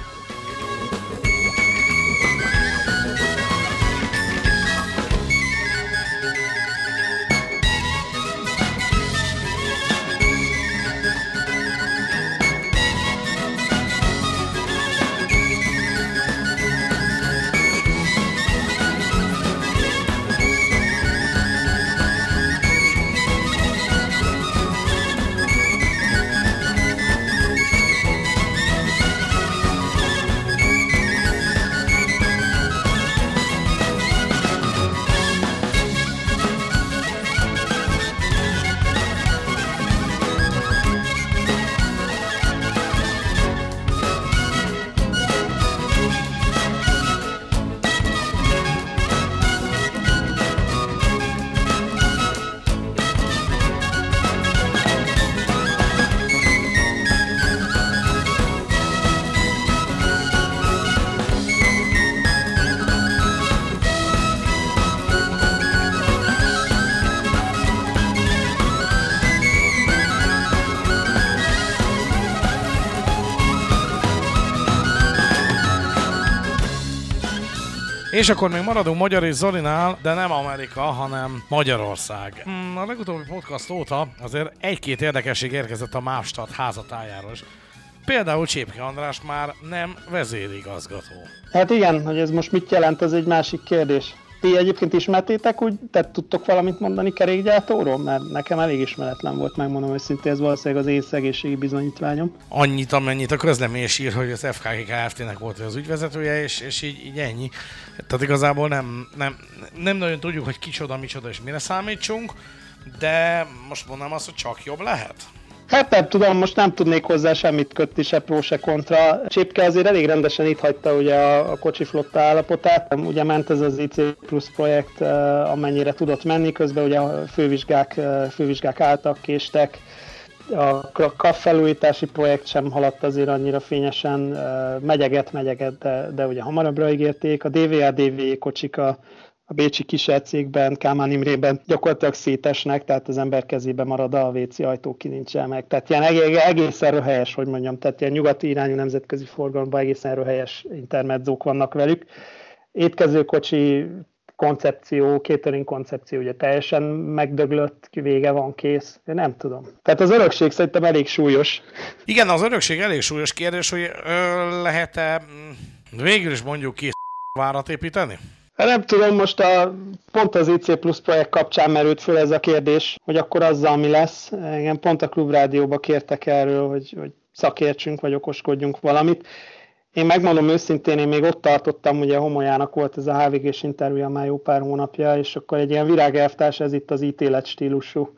És akkor még maradunk Magyar és Zolinál, de nem Amerika, hanem Magyarország. A legutóbbi podcast óta azért egy-két érdekesség érkezett a MÁV-Start házatájáról. Például Csépke András már nem vezérigazgató. Hát igen, hogy ez most mit jelent, ez egy másik kérdés. Ti egyébként ismertétek úgy, tehát tudtok valamit mondani kerékgyártóról? Mert nekem elég ismeretlen volt, megmondom őszintén, ez valószínűleg az én szegészségi bizonyítványom. Annyit, amennyit a közlemény is ír, hogy az FKG Kft-nek volt az ügyvezetője, és így ennyi. Tehát igazából nem nagyon tudjuk, hogy kicsoda, micsoda és mire számítsunk, de most mondanám azt, hogy csak jobb lehet. Hát nem tudom, most nem tudnék hozzá semmit kötni, se pro, se kontra. Csépke azért elég rendesen itt hagyta ugye a kocsiflotta állapotát. Ugye ment ez az IC Plus projekt, amennyire tudott menni, közben ugye a fővizsgák álltak, késtek. A KAF felújítási projekt sem haladt azért annyira fényesen, megyeget, de ugye hamarabbra ígérték. A DVA-DVE kocsik a bécsi kísércégben, Kálmán Imrében gyakorlatilag szétesnek, tehát az ember kezébe marad a WC ajtó, kinincsel meg. Tehát ilyen egészen röhelyes, hogy mondjam, tehát ilyen nyugati irányú nemzetközi forgalomban egészen röhelyes intermedzók vannak velük. Étkezőkocsi koncepció, catering koncepció ugye teljesen megdöglött, vége van, kész. Én nem tudom. Tehát az örökség szerintem elég súlyos. Igen, az örökség elég súlyos kérdés, hogy lehet-e végül is mondjuk kész várat építeni? Nem tudom, most pont az IC Plus projekt kapcsán merült föl ez a kérdés, hogy akkor azzal mi lesz. Igen, pont a Klubrádióba kértek erről, hogy szakértsünk, vagy okoskodjunk valamit. Én megmondom őszintén, én még ott tartottam, ugye Homolyának volt ez a HVG-s interjúja már jó pár hónapja, és akkor egy ilyen virágelvtárs, ez itt az ítélet stílusú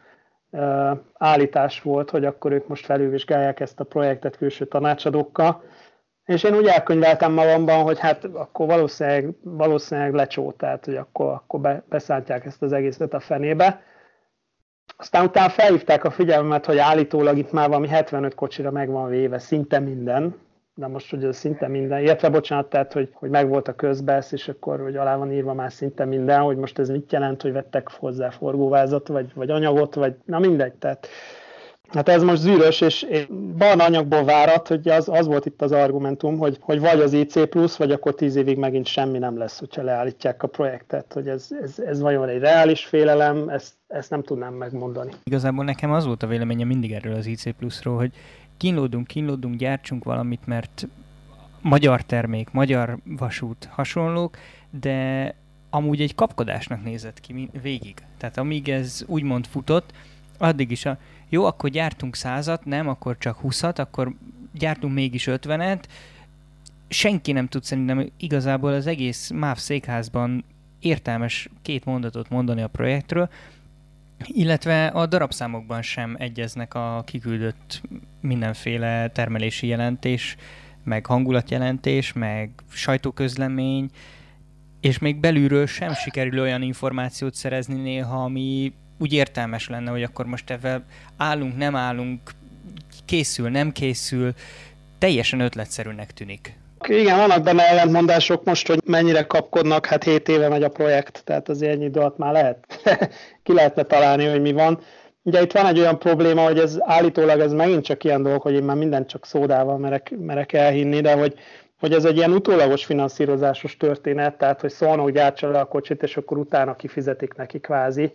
állítás volt, hogy akkor ők most felülvizsgálják ezt a projektet külső tanácsadókkal. És én úgy elkönyveltem magamban, hogy hát akkor valószínűleg lecsó, tehát hogy akkor beszántják ezt az egészet a fenébe. Aztán utána felhívták a figyelmemet, hogy állítólag itt már valami 75 kocsira meg van véve, szinte minden, de most ugye szinte minden, illetve bocsánat, tehát hogy megvolt a közbesz, és akkor hogy alá van írva már szinte minden, hogy most ez mit jelent, hogy vettek hozzá forgóvázat, vagy anyagot, vagy na mindegy, tehát hát ez most zűrös, és barna anyagból várat, hogy az volt itt az argumentum, hogy vagy az IC plusz, vagy akkor 10 évig megint semmi nem lesz, hogyha leállítják a projektet, hogy ez vajon egy reális félelem, ezt nem tudnám megmondani. Igazából nekem az volt a véleményem mindig erről az IC pluszról, hogy kínlódunk, gyártsunk valamit, mert magyar termék, magyar vasút, hasonlók, de amúgy egy kapkodásnak nézett ki végig. Tehát amíg ez úgymond futott, addig is jó, akkor gyártunk 100-at, nem, akkor csak 20-at, akkor gyártunk mégis 50-et. Senki nem tud szerintem igazából az egész MÁV székházban értelmes 2 mondatot mondani a projektről, illetve a darabszámokban sem egyeznek a kiküldött mindenféle termelési jelentés, meg hangulatjelentés, meg sajtóközlemény, és még belülről sem sikerül olyan információt szerezni néha, ami úgy értelmes lenne, hogy akkor most ebben állunk, nem állunk, készül, nem készül, teljesen ötletszerűnek tűnik. Igen, vannak benne ellentmondások most, hogy mennyire kapkodnak, hát 7 éve megy a projekt, tehát azért ennyi idő alatt már lehet, ki lehetne találni, hogy mi van. Ugye itt van egy olyan probléma, hogy ez állítólag ez megint csak ilyen dolog, hogy én már mindent csak szódával merek elhinni, de hogy ez egy ilyen utólagos finanszírozásos történet, tehát hogy Szolnok gyártsa le a kocsit, és akkor utána kifizetik neki kvázi.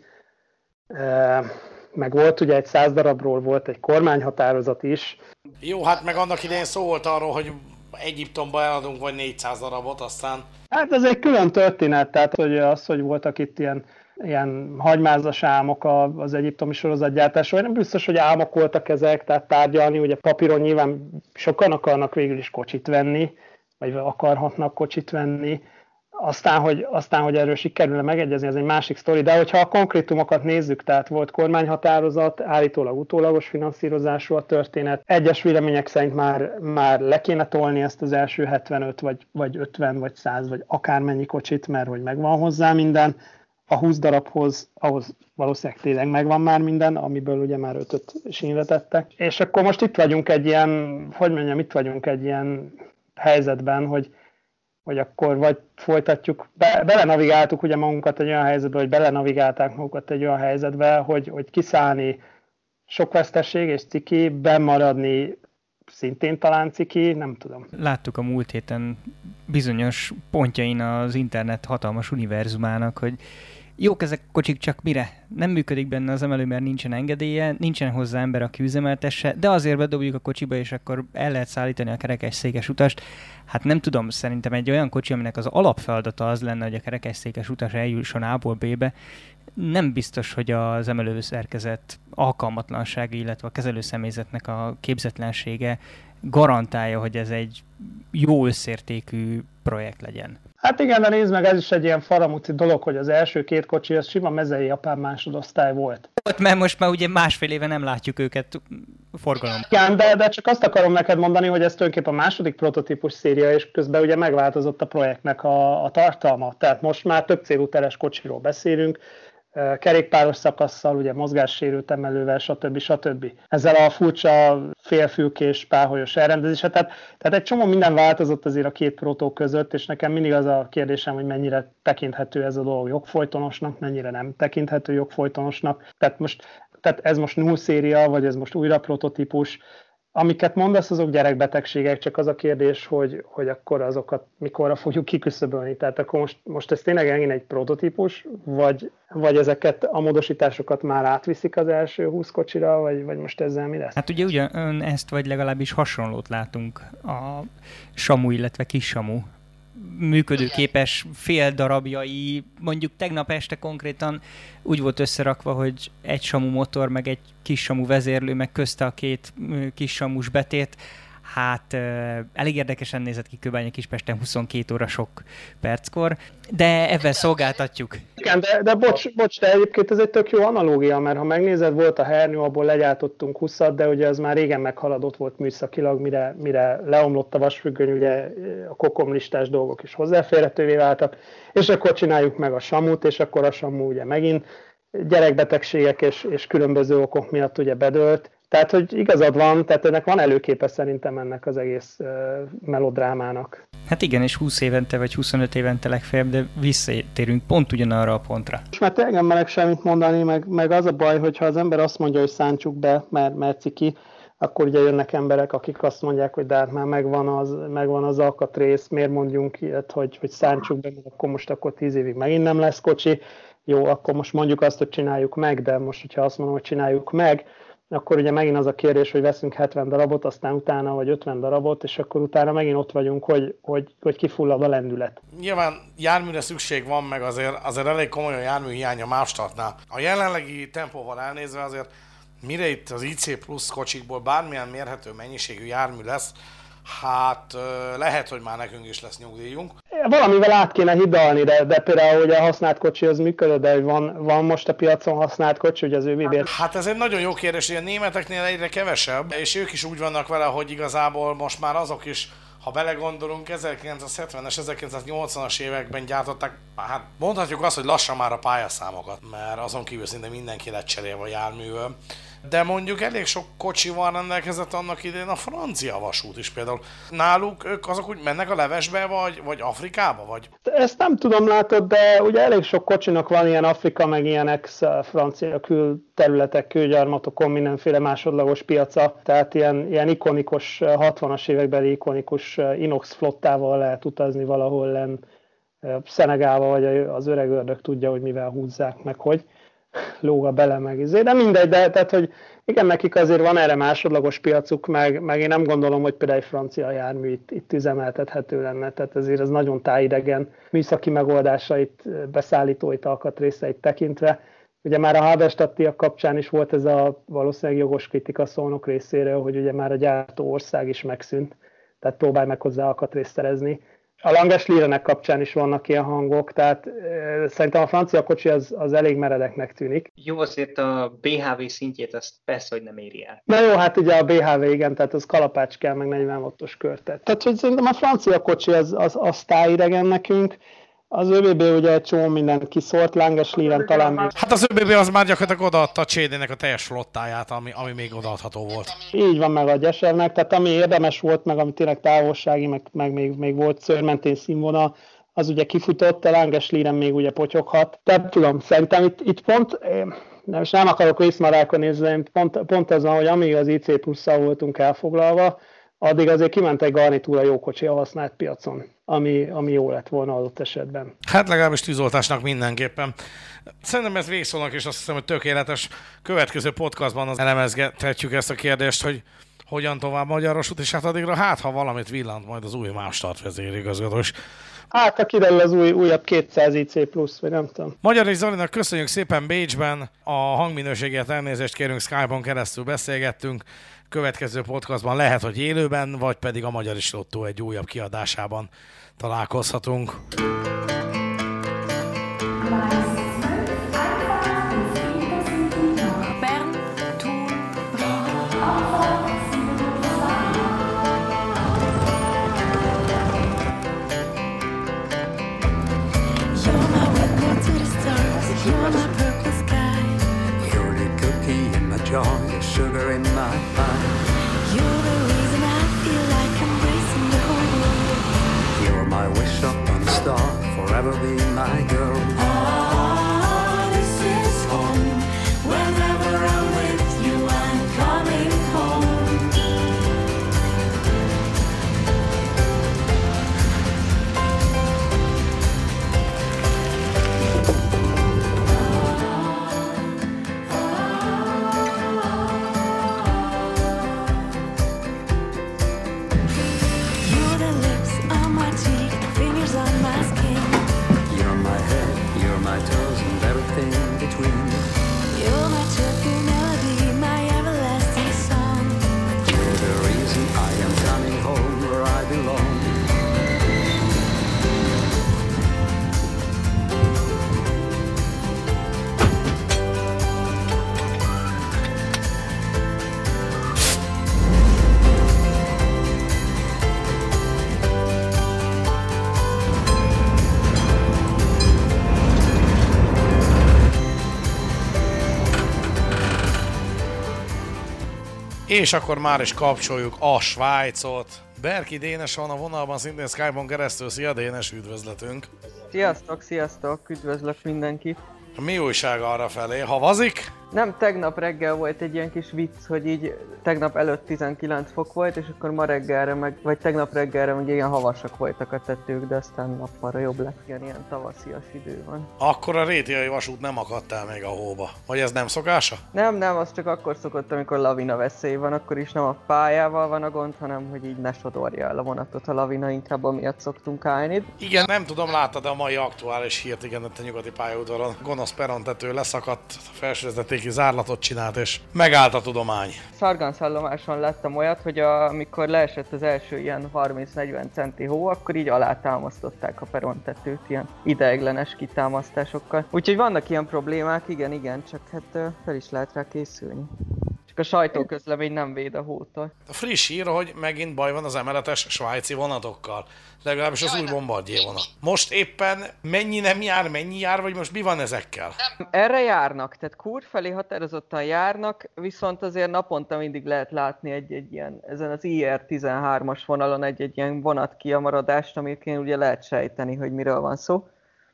Meg volt ugye egy 100 darabról volt egy kormányhatározat is. Jó, hát meg annak idején szó volt arról, hogy Egyiptomba eladunk vagy 400 darabot, aztán... Hát ez egy külön történet, tehát hogy voltak itt ilyen hagymázas álmok az egyiptomi sorozatgyártásról. Nem biztos, hogy álmok voltak ezek, tehát tárgyalni, ugye papíron nyilván sokan akarnak végül is kocsit venni, vagy akarhatnak kocsit venni. Aztán, hogy erről sikerül megegyezni, ez egy másik sztori, de hogyha a konkrétumokat nézzük, tehát volt kormányhatározat, állítólag utólagos finanszírozású a történet. Egyes vélemények szerint már le kéne tolni ezt az első 75, vagy 50, vagy 100, vagy akármennyi kocsit, mert hogy megvan hozzá minden. A 20 darabhoz, ahhoz valószínűleg tényleg megvan már minden, amiből ugye már 5-öt sínre tettek. És akkor most itt vagyunk egy ilyen helyzetben, hogy akkor vagy folytatjuk, belenavigáltuk ugye magunkat egy olyan helyzetbe, hogy belenavigálták magukat egy olyan helyzetbe, hogy kiszállni sok veszteség és ciki, bemaradni szintén talán ciki, nem tudom. Láttuk a múlt héten bizonyos pontjain az internet hatalmas univerzumának, hogy jók ezek a kocsik, csak mire? Nem működik benne az emelő, mert nincsen engedélye, nincsen hozzá ember, aki üzemeltesse, de azért bedobjuk a kocsiba, és akkor el lehet szállítani a kerekesszékes utast. Hát nem tudom, szerintem egy olyan kocsi, aminek az alapfeladata az lenne, hogy a kerekesszékes utas eljusson A-ból B-be, nem biztos, hogy az emelőszerkezet alkalmatlansága, illetve a kezelőszemélyzetnek a képzetlensége garantálja, hogy ez egy jó összértékű projekt legyen. Hát igen, de nézd meg, ez is egy ilyen faramúci dolog, hogy az első 2 kocsi az sima mezei japán másodosztály volt. Mert most már ugye másfél éve nem látjuk őket forgalomban. Igen, de csak azt akarom neked mondani, hogy ez tulajdonképpen a második prototípus széria, és közben ugye megváltozott a projektnek a tartalma. Tehát most már több célú teres kocsiról beszélünk, kerékpáros szakasszal, ugye mozgássérült emelővel, stb. Ezzel a furcsa félfülkés, páholyos elrendezése. Tehát egy csomó minden változott azért a két protó között, és nekem mindig az a kérdésem, hogy mennyire tekinthető ez a dolog jogfolytonosnak, mennyire nem tekinthető jogfolytonosnak. Tehát ez most null széria, vagy ez most újra prototípus. Amiket mondasz, azok gyerekbetegségek, csak az a kérdés, hogy akkor azokat mikorra fogjuk kiküszöbölni. Tehát akkor most ez tényleg megint egy prototípus, vagy ezeket a módosításokat már átviszik az első 20 kocsira, vagy most ezzel mi lesz? Hát ugye ugyan ezt, vagy legalábbis hasonlót látunk a Samu, illetve kis Samu működőképes fél darabjai, mondjuk tegnap este konkrétan úgy volt összerakva, hogy egy Samu motor, meg egy kis Samu vezérlő, meg közte a két kis Samus betét. Hát elég érdekesen nézett ki Kőbánya Kispesten 22 óra sok perckor, de ebben szolgáltatjuk. Igen, de bocs, de egyébként ez egy tök jó analógia, mert ha megnézed, volt a hernyó, abból legyártottunk 20-at, de ugye az már régen meghaladott volt műszakilag, mire leomlott a vasfüggöny, ugye a kokomlistás dolgok is hozzáférhetővé váltak, és akkor csináljuk meg a Samut, és akkor a Samu ugye megint gyerekbetegségek és különböző okok miatt ugye bedőlt. Tehát, hogy igazad van, tehát ennek van előképe szerintem ennek az egész melodrámának. Hát igen, és 20 évente vagy 25 évente legfeljebb, de visszatérünk pont ugyanarra a pontra. Most már tényleg nem merek semmit mondani, meg az a baj, hogyha az ember azt mondja, hogy szántsuk be, mert ciki, akkor ugye jönnek emberek, akik azt mondják, hogy de hát már megvan az alkatrész, miért mondjunk ilyet, hogy szántsuk be, mert akkor 10 évig megint nem lesz kocsi. Jó, akkor most mondjuk azt, hogy csináljuk meg, de most, hogyha azt mondom, hogy csináljuk meg, akkor ugye megint az a kérdés, hogy veszünk 70 darabot, aztán utána vagy 50 darabot, és akkor utána megint ott vagyunk, hogy kifullad a lendület. Nyilván járműre szükség van, meg azért elég komoly a járműhiány a MÁV-startnál. A jelenlegi tempóval elnézve azért, mire itt az IC Plus kocsikból bármilyen mérhető mennyiségű jármű lesz, hát lehet, hogy már nekünk is lesz nyugdíjunk. Valamivel át kéne hidalni, de például ugye a használt kocsi az működő, de van most a piacon használt kocsi, ugye az ÖBB. Hát ez egy nagyon jó kérdés, hogy a németeknél egyre kevesebb, és ők is úgy vannak vele, hogy igazából most már azok is, ha belegondolunk, 1970-es, 1980-as években gyártották, hát mondhatjuk azt, hogy lassan már a pályaszámokat, mert azon kívül szinte mindenki lett cserélve a járművel. De mondjuk elég sok kocsival rendelkezett annak idején a francia vasút is például. Náluk ők azok úgy mennek a levesbe, vagy Afrikába, vagy? Ezt nem tudom, látod, de ugye elég sok kocsinak van ilyen Afrika, meg ilyen ex-francia külterületek, külgyarmatokon mindenféle másodlagos piaca. Tehát ilyen ikonikus, 60-as évekbeli ikonikus inox flottával lehet utazni valahol lenn Szenegálba, vagy az öreg ördög tudja, hogy mivel húzzák meg, hogy lóga bele meg izé, de mindegy, de tehát, hogy igen, nekik azért van erre másodlagos piacuk, meg én nem gondolom, hogy például egy francia jármű itt üzemeltethető lenne, tehát ezért ez nagyon tájidegen műszaki megoldásait, beszállítóit, alkatrészeit tekintve. Ugye már a Halberstadtiak kapcsán is volt ez a valószínűleg jogos kritika Szolnok részéről, hogy ugye már a gyártó ország is megszűnt, tehát próbálj meg hozzá alkatrészt szerezni. A Langes Lirenek kapcsán is vannak ilyen hangok, tehát szerintem a francia kocsi az elég meredeknek tűnik. Jó, azért a BHV szintjét azt persze, hogy nem éri el. Na jó, hát ugye a BHV igen, tehát az kalapács kell, meg 40 wattos körtet. Tehát hogy szerintem a francia kocsi az tájidegen nekünk. Az ÖBB ugye egy csomó mindent kiszórt, Langes Liren talán még... Hát az ÖBB az már gyakorlatilag odaadta a CD-nek a teljes flottáját, ami még odaadható volt. Így van, meg a Gyesernek, tehát ami érdemes volt, meg ami tényleg távolsági, meg még volt szőrmentén színvonal, az ugye kifutott, a Langes Liren még ugye potyoghat. Tehát tudom, szerintem itt pont, nem akarok részmarákon nézni, pont az van, hogy amíg az IC plusszal voltunk elfoglalva, addig azért kiment egy garnitúra jó kocsi a használt piacon, ami jó lett volna adott esetben. Hát legalábbis tűzoltásnak mindenképpen. Szerintem ez végszónak, és azt hiszem, hogy tökéletes. Következő podcastban az elemezgethetjük ezt a kérdést, hogy hogyan tovább Magyarosút, és hát addigra ha valamit villant majd az új MÁV-start vezérigazgató is. Hát, ha kiderül az újabb 200 IC plusz, vagy nem tudom. Magyar és Zolinak köszönjük szépen Bécsben. A hangminőségért elnézést kérünk, Skype-on keresztül beszélgettünk. Következő podcastban lehet, hogy élőben, vagy pedig a Magyar is Lottó egy újabb kiadásában találkozhatunk. You're my purple joy, the sugar in my life. You're the reason I feel like I'm racing the whole world. You're my wish upon a star, forever be my girl. Ah, this is home. Whenever I'm with you, I'm coming home. You're the lips on my cheek, the fingers on my skin. You're my head, you're my toes, and everything between. You're my cheerful melody, my everlasting song. You're the reason I am coming home where I belong. És akkor már is kapcsoljuk a Svájcot. Berki Dénes van a vonalban, szintén Skype-on keresztül. Szia Dénes, üdvözletünk! Sziasztok, üdvözlök mindenkit! Mi újság arra felé? Havazik? Nem, tegnap reggel volt egy ilyen kis vicc, hogy így tegnap előtt 19 fok volt, és akkor ma reggelre vagy tegnap reggelre meg ilyen havasak voltak a tetők, de aztán nappalra jobb lett, ilyen tavaszias idő van. Akkor a Rétiai vasút nem akadtál még a hóba. Vagy ez nem szokása? Nem, az csak akkor szokott, amikor lavina veszély van, akkor is nem a pályával van a gond, hanem hogy így ne sodorja el a vonatot a lavina, inkább amiatt szoktunk állni. Igen, nem tudom, láttad a mai aktuális hírt, igen, itt a nyugati pályaudvaron. Gonosz perontető leszakadt, felsővezetéki zárlatot csinált, és megállt a tudomány. Szarganszállomáson láttam olyat, hogy amikor leesett az első ilyen 30-40 centi hó, akkor így alátámasztották a perontetőt ilyen ideiglenes kitámasztásokkal. Úgyhogy vannak ilyen problémák, igen, csak hát fel is lehet rá készülni. Csak a sajtóközlemény nem véd a hótól. A friss hír, hogy megint baj van az emeletes svájci vonatokkal. Legalábbis az új Bombardier vonat. Most éppen mennyi jár, vagy most mi van ezekkel? Erre járnak, tehát Kur felé határozottan járnak, viszont azért naponta mindig lehet látni egy ilyen, ezen az IR-13-as vonalon egy ilyen vonat kiamaradást, amikén ugye lehet sejteni, hogy miről van szó.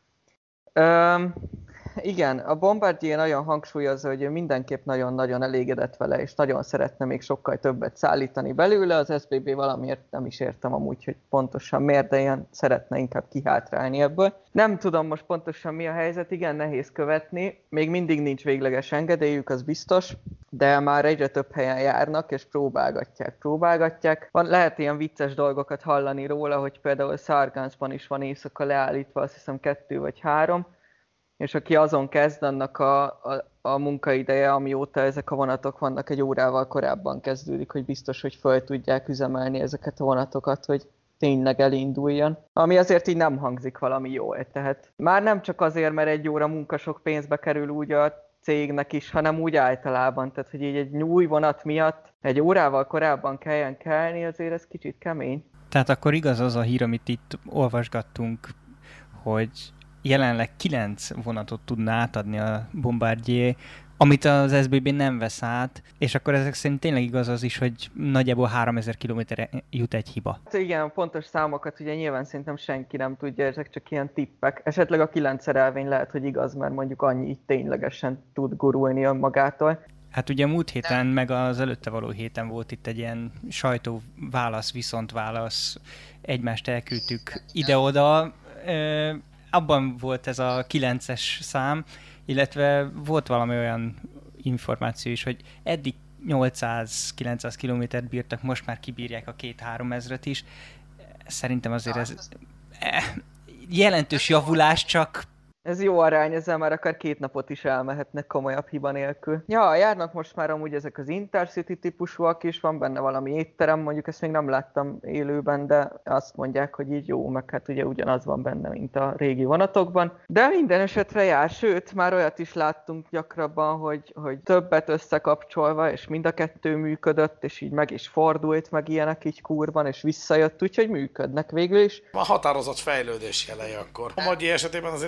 Igen, a Bombardier nagyon hangsúlyozza, hogy ő mindenképp nagyon-nagyon elégedett vele, és nagyon szeretne még sokkal többet szállítani belőle. Az SBB valamiért nem is értem amúgy, hogy pontosan miért, de ilyen szeretne inkább kihátrálni ebből. Nem tudom most pontosan mi a helyzet, igen, nehéz követni. Még mindig nincs végleges engedélyük, az biztos, de már egyre több helyen járnak, és próbálgatják. Lehet ilyen vicces dolgokat hallani róla, hogy például Sargensban is van éjszaka leállítva, azt hiszem 2 vagy 3, és aki azon kezd, annak a munkaideje, amióta ezek a vonatok vannak, egy órával korábban kezdődik, hogy biztos, hogy föl tudják üzemelni ezeket a vonatokat, hogy tényleg elinduljon. Ami azért így nem hangzik valami jól. Tehát már nem csak azért, mert egy óra munka sok pénzbe kerül úgy a cégnek is, hanem úgy általában. Tehát, hogy így egy új vonat miatt egy órával korábban kelljen kelni, azért ez kicsit kemény. Tehát akkor igaz az a hír, amit itt olvasgattunk, hogy jelenleg 9 vonatot tudna átadni a Bombardier, amit az SBB nem vesz át, és akkor ezek szerint tényleg igaz az is, hogy nagyjából 3000 kilométerre jut egy hiba. Igen, pontos számokat ugye nyilván szerintem senki nem tudja, ezek csak ilyen tippek. Esetleg a 9 szerelvény lehet, hogy igaz, mert mondjuk annyi ténylegesen tud gurulni magától. Hát ugye múlt héten, meg az előtte való héten volt itt egy ilyen sajtóválasz, viszontválasz, egymást elküldtük ide-oda. Abban volt ez a 9-es szám, illetve volt valami olyan információ is, hogy eddig 800-900 kilométert bírtak, most már kibírják a 2-3 ezret is. Szerintem azért ez jelentős javulás, csak... Ez jó arány, ezzel már akár 2 napot is elmehetnek komolyabb hiba nélkül. Ja, járnak most már amúgy ezek az Intercity típusúak is, van benne valami étterem, mondjuk ezt még nem láttam élőben, de azt mondják, hogy így jó, meg hát ugye ugyanaz van benne, mint a régi vonatokban. De minden esetre jár, sőt, már olyat is láttunk gyakrabban, hogy többet összekapcsolva, és mind a 2 működött, és így meg is fordult, meg ilyenek így Kurban, és visszajött, úgyhogy működnek végül is. Van határozott fejlődés jelei akkor. A Bombardier esetében azért inkább a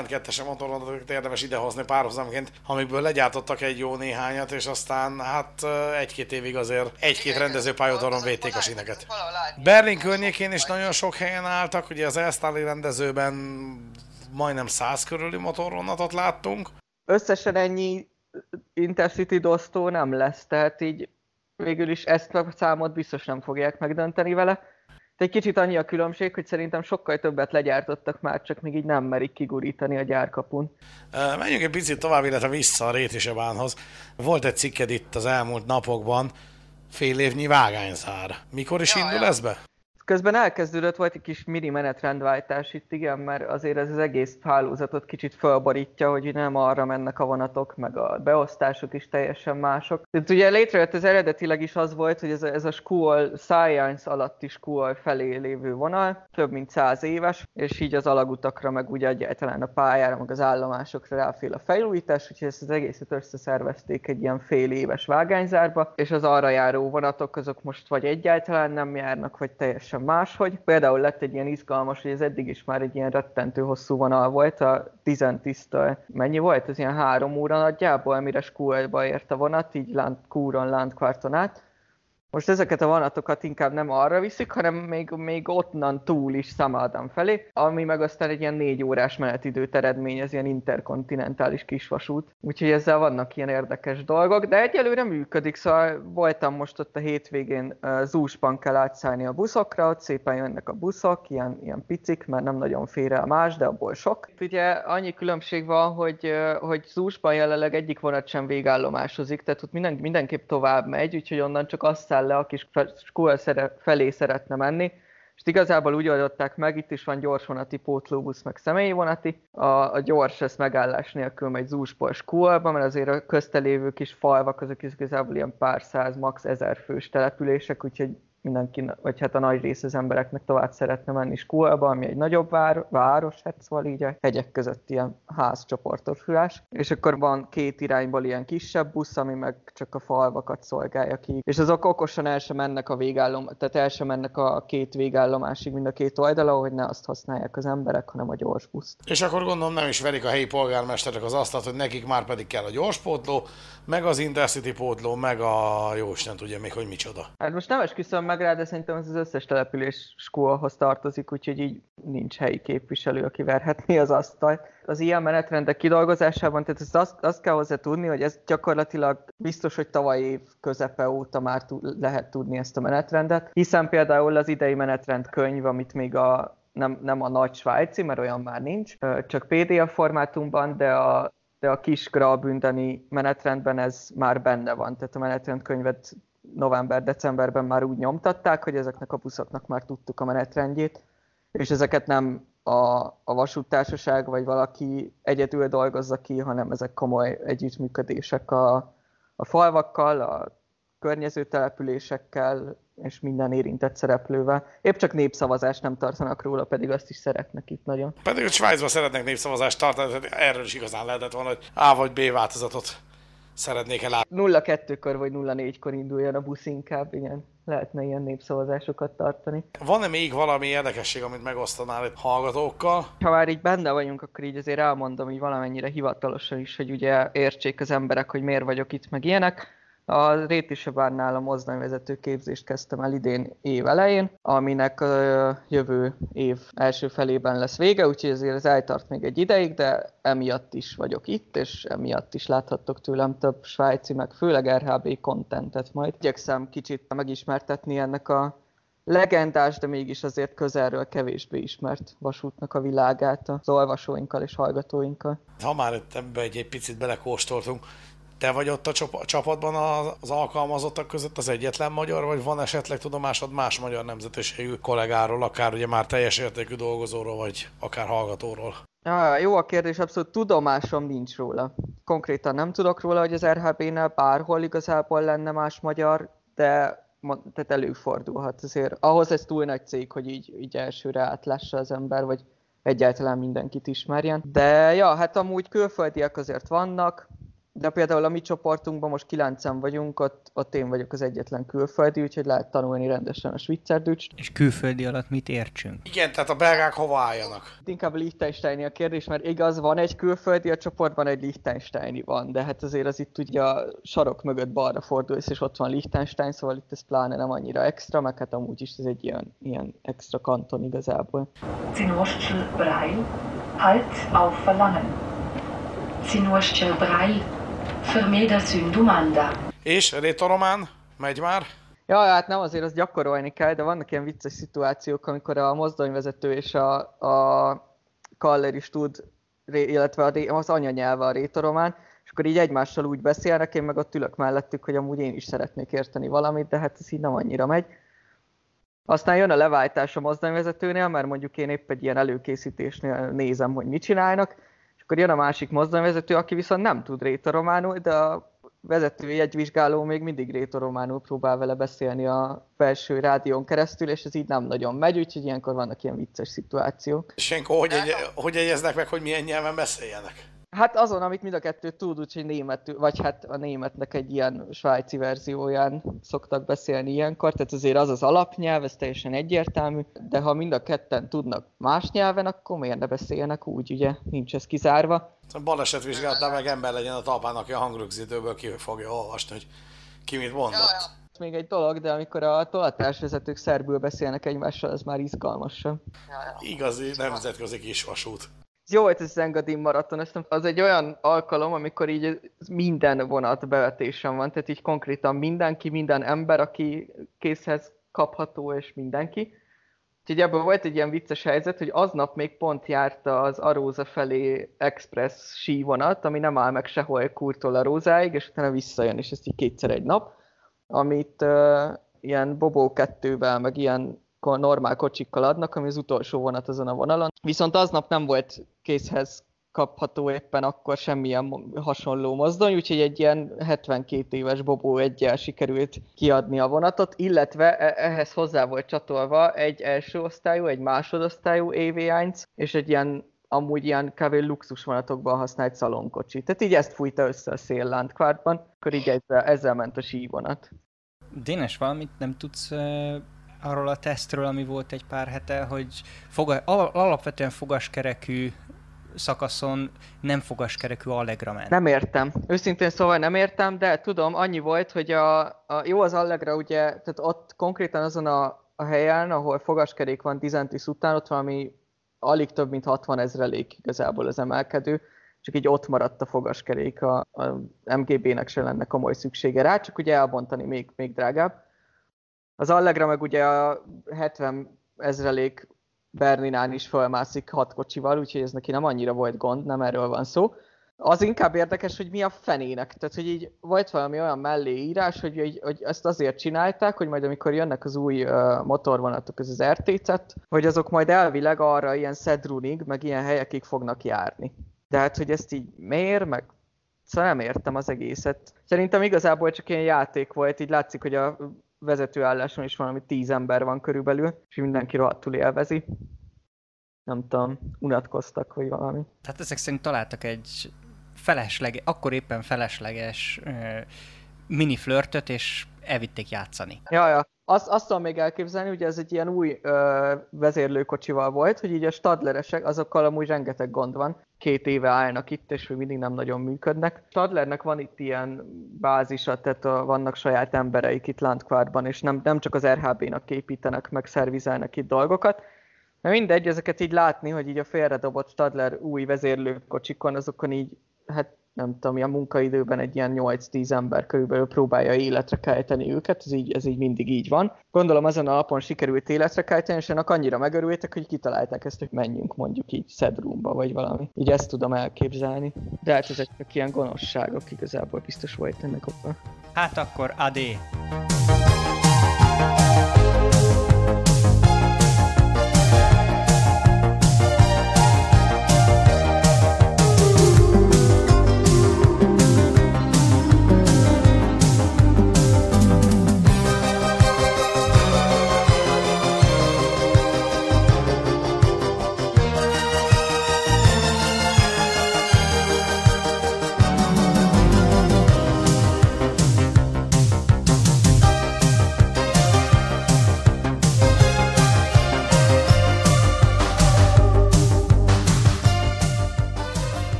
Mind 2-es motorvonatot érdemes idehozni párhuzamként, amikből legyártottak egy jó néhányat, és aztán hát 1-2 évig azért 1-2 rendezőpályaudvaron védték a síneket. Berlin környékén is nagyon sok helyen álltak, ugye az Elstali rendezőben majdnem 100 körüli motorvonatot láttunk. Összesen ennyi Intercity dosztó nem lesz, tehát így végül is ezt a számot biztos nem fogják megdönteni vele. De egy kicsit annyi a különbség, hogy szerintem sokkal többet legyártottak már, csak még így nem merik kigurítani a gyárkapun. Menjünk egy picit tovább, illetve vissza a Rétisebánhoz. Volt egy cikked itt az elmúlt napokban, fél évnyi vágányzár. Mikor is indul ez be? Közben elkezdődött, volt egy kis mini menetrendváltás itt, igen, mert azért ez az egész hálózatot kicsit fölborítja, hogy nem arra mennek a vonatok, meg a beosztások is teljesen mások. Tehát ugye létrejött, ez eredetileg is az volt, hogy ez a School Science alatti School felé lévő vonal, több mint 100 éves, és így az alagutakra, meg ugye egyáltalán a pályára, meg az állomásokra ráfél a felújítás, úgyhogy ezt az egészet összeszervezték egy ilyen fél éves vágányzárba, és az arra járó vonatok azok most vagy egyáltalán nem járnak, vagy teljesen máshogy. Például lett egy ilyen izgalmas, hogy ez eddig is már egy ilyen rettentő hosszú vonal volt, a 10-től. Mennyi volt? Ez ilyen 3 óra nagyjából, mire Schoolba ért a vonat, így Kúron, Landkvarton át. Most ezeket a vonatokat inkább nem arra viszik, hanem még onnan túl is Samadan felé, ami meg aztán egy ilyen 4 órás menetidőt eredményez, ilyen interkontinentális kisvasút. Úgyhogy ezzel vannak ilyen érdekes dolgok, de egyelőre működik, szóval voltam most ott a hétvégén Zúsban kell átszállni a buszokra, ott szépen jönnek a buszok, ilyen picik, mert nem nagyon fér el más, de abból sok. Ugye annyi különbség van, hogy Zúsban jelenleg egyik vonat sem végállomásozik, tehát ott mindenképp tovább megy, úgyhogy onnan csak azt száll le, aki School felé szeretne menni. És igazából úgy oldották meg, itt is van gyorsvonati pótlóbusz, meg személyi vonati. A gyors ez megállás nélkül megy Zúsból Schoolba, mert azért a köztelévő kis falvak, azok igazából ilyen pár száz, max. 1000 fős települések, úgyhogy mindenki, vagy hát a nagy rész az embereknek tovább szeretne menni Schoolba, ami egy nagyobb város, hát szóval így a hegyek között ilyen házcsoportosulás. És akkor van 2 irányból ilyen kisebb busz, ami meg csak a falvakat szolgálja ki. És azok okosan el sem mennek tehát el sem mennek a 2 végállomásig mind a 2 oldalon, hogy ne azt használják az emberek, hanem a gyors buszt. És akkor gondolom nem is verik a helyi polgármesterek az asztalt, hogy nekik már pedig kell a gyorspótló, meg az Intercity pótló, meg a jóisten tudja még, hogy micsoda. Hát most nem esküszöm meg rá, de szerintem ez az összes település Schoolhoz tartozik, úgyhogy így nincs helyi képviselő, aki verhetné az asztalt. Az ilyen menetrendek kidolgozásában, tehát azt kell hozzá tudni, hogy ez gyakorlatilag biztos, hogy tavaly év közepe óta már lehet tudni ezt a menetrendet, hiszen például az idei menetrend könyv, amit még nem a nagy svájci, mert olyan már nincs, csak PDF formátumban, de a kis graubündeni menetrendben ez már benne van, tehát a menetrendkönyvet november-decemberben már úgy nyomtatták, hogy ezeknek a buszoknak már tudtuk a menetrendjét, és ezeket nem a vasúttársaság vagy valaki egyedül dolgozza ki, hanem ezek komoly együttműködések a falvakkal, a környező településekkel és minden érintett szereplővel. Épp csak népszavazást nem tartanak róla, pedig azt is szeretnek itt nagyon. Pedig a Svájcban szeretnek népszavazást tartani, erről is igazán lehetett volna, hogy A vagy B változatot szeretnék látni. 02-kor vagy 04-kor induljon a busz inkább, igen. Lehetne ilyen népszavazásokat tartani. Van-e még valami érdekesség, amit megosztanál itt hallgatókkal? Ha már így benne vagyunk, akkor így azért elmondom így valamennyire hivatalosan is, hogy ugye értsék az emberek, hogy miért vagyok itt, meg ilyenek. A Rétisebánnál a mozdonyvezető képzést kezdtem el idén év elején, aminek jövő év első felében lesz vége, úgyhogy ezért ez eltart még egy ideig, de emiatt is vagyok itt, és emiatt is láthattok tőlem több svájci, meg főleg RHB contentet majd. Igyekszem kicsit megismertetni ennek a legendás, de mégis azért közelről kevésbé ismert vasútnak a világát az olvasóinkkal és hallgatóinkkal. Ha már ebbe egy picit belekóstoltunk, te vagy ott a csapatban az alkalmazottak között az egyetlen magyar, vagy van esetleg tudomásod más magyar nemzetiségű kollégáról, akár ugye már teljes értékű dolgozóról, vagy akár hallgatóról? Jó a kérdés, abszolút tudomásom nincs róla. Konkrétan nem tudok róla, hogy az RHB-nál bárhol igazából lenne más magyar, de tehát előfordulhat azért. Ahhoz ez túl nagy cég, hogy így elsőre átlássa az ember, vagy egyáltalán mindenkit ismerjen. De ja, hát amúgy külföldiek azért vannak, De például a mi csoportunkban most 9-en vagyunk, ott én vagyok az egyetlen külföldi, úgyhogy lehet tanulni rendesen a Schweizerdeutsch. És külföldi alatt mit értsünk? Igen, tehát a belgák hova álljanak? Inkább Liechtensteini a kérdés, mert igaz, van egy külföldi, a csoportban egy Liechtensteini van, de hát azért az itt ugye a sarok mögött balra fordulsz, és ott van Liechtenstein, szóval itt ez pláne nem annyira extra, meg hát amúgy is ez egy ilyen extra kanton igazából. Zinurschel Braille, halt auf Verlangen. Zinurschel Braille, Vermeda Sündumanda. És Rétoromán? Megy már? Ja, hát nem, azért azt gyakorolni kell, de vannak ilyen vicces szituációk, amikor a mozdonyvezető és a kaller is tud, illetve az anyanyelve a rétoromán, és akkor így egymással úgy beszélnek, én meg ott ülök mellettük, hogy amúgy én is szeretnék érteni valamit, de hát ez így nem annyira megy. Aztán jön a leváltás a mozdonyvezetőnél, mert mondjuk én épp egy ilyen előkészítésnél nézem, hogy mit csinálnak, és akkor jön a másik mozdonyvezető, aki viszont nem tud rétorománul, de a vezetőjegyvizsgáló még mindig rétorománul próbál vele beszélni a belső rádión keresztül, és ez így nem nagyon megy, úgyhogy ilyenkor vannak ilyen vicces szituációk. És ilyenkor hogy jegyeznek meg, hogy milyen nyelven beszéljenek? Hát azon, amit mind a kettő tud, úgyhogy németül, vagy hát a németnek egy ilyen svájci verzióján szoktak beszélni ilyenkor, tehát azért az az alapnyelv, ez teljesen egyértelmű, de ha mind a ketten tudnak más nyelven, akkor miért ne beszéljenek úgy, ugye? Nincs ez kizárva. Balesetvizsgálatnál meg ember legyen a talpán, aki a hangrögzítőből ki fogja olvasni, hogy ki mit mondott. Még egy dolog, de amikor a tolatársvezetők szerbül beszélnek egymással, ez már izgalmasabb. Igazi nemzetközi kisvasút. Jó volt ez az Engadin maraton, az egy olyan alkalom, amikor így minden vonat bevetésen van, tehát így konkrétan mindenki, minden ember, aki készhez kapható, és mindenki. Úgyhogy ebből volt egy ilyen vicces helyzet, hogy aznap még pont járt az Arósa felé express sívonat, ami nem áll meg sehol Kurtól Arósáig, és utána visszajön, és ezt így kétszer egy nap, amit ilyen Bobó 2-vel, meg ilyen normál kocsikkal adnak, ami az utolsó vonat azon a vonalon. Viszont aznap nem volt készhez kapható éppen akkor semmilyen hasonló mozdony, úgyhogy egy ilyen 72 éves Bobó 1-jel sikerült kiadni a vonatot, illetve ehhez hozzá volt csatolva egy első osztályú, egy másodosztályú EV1, és egy ilyen amúgy ilyen kb. Luxus vonatokban használt szalonkocsi. Tehát így ezt fújta össze a szél Landquartban, akkor így ezzel ment a sívonat. Dénes, valamit nem tudsz arról a tesztről, ami volt egy pár hete, hogy alapvetően fogaskerekű szakaszon nem fogaskerekű Allegra ment. Nem értem. Őszintén szóval nem értem, de tudom, annyi volt, hogy jó az Allegra ugye, tehát ott konkrétan azon a helyen, ahol fogaskerék van Dizentis után, ott valami alig több mint 60 000 igazából az emelkedő, csak így ott maradt a fogaskerék, a MGB-nek se lenne komoly szüksége rá, csak ugye elbontani még drágább. Az Allegra meg ugye a 70 000 Berninán is fölmászik 6 kocsival, úgyhogy ez neki nem annyira volt gond, nem erről van szó. Az inkább érdekes, hogy mi a fenének. Tehát, hogy így volt valami olyan melléírás, hogy ezt azért csinálták, hogy majd amikor jönnek az új motorvonatok, ez az RTZ-et, hogy azok majd elvileg arra ilyen Sedrunig, meg ilyen helyekig fognak járni. De hát, hogy ezt így miért, meg szóval nem értem az egészet. Szerintem igazából csak ilyen játék volt, így látszik, hogy a vezetőálláson is valami 10 ember van körülbelül, és mindenki rohadtul élvezi. Nem tudom, unatkoztak, vagy valami. Tehát ezek szerint találtak egy akkor éppen felesleges mini flörtöt, és elvitték játszani. Ja. Azt tudom még elképzelni, ugye ez egy ilyen új vezérlőkocsival volt, hogy így a Stadleresek, azokkal amúgy rengeteg gond van. 2 éve állnak itt, és még mindig nem nagyon működnek. Stadlernek van itt ilyen bázisa, tehát vannak saját embereik itt Landquartban, és nem csak az RHB-nak építenek, meg szervizelnek itt dolgokat. De mindegy, ezeket így látni, hogy így a félredobott Stadler új vezérlőkocsikon, azokon így, hát nem tudom, ilyen munkaidőben egy ilyen 8-10 ember körülbelül próbálja életre kelteni őket, ez így mindig így van. Gondolom ezen a napon sikerült életre kelteni, és ennek annyira megörültek, hogy kitalálták ezt, hogy menjünk mondjuk így Sedrumba, vagy valami. Így ezt tudom elképzelni. De hát ezek csak ilyen gonoszságok, igazából biztos volt ennek oka. Hát akkor adé!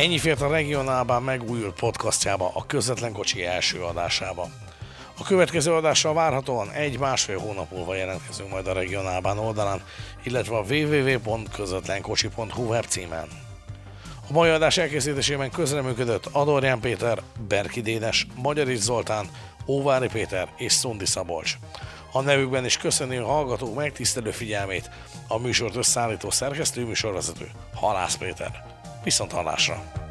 Ennyi fért a Regionálban megújult podcastjába, a Közvetlen Kocsi első adásába. A következő adással várhatóan 1-1,5 hónap múlva jelentkezünk majd a Regionálban oldalán, illetve a www.közvetlenkocsi.hu webcímen. A mai adás elkészítésében közreműködött Adorján Péter, Berki Dénes, Magyarics Zoltán, Óvári Péter és Szundi Szabolcs. A nevükben is köszönöm a hallgatók megtisztelő figyelmét, a műsort összeállító szerkesztő műsorvezető Halász Péter. Viszont hallásra!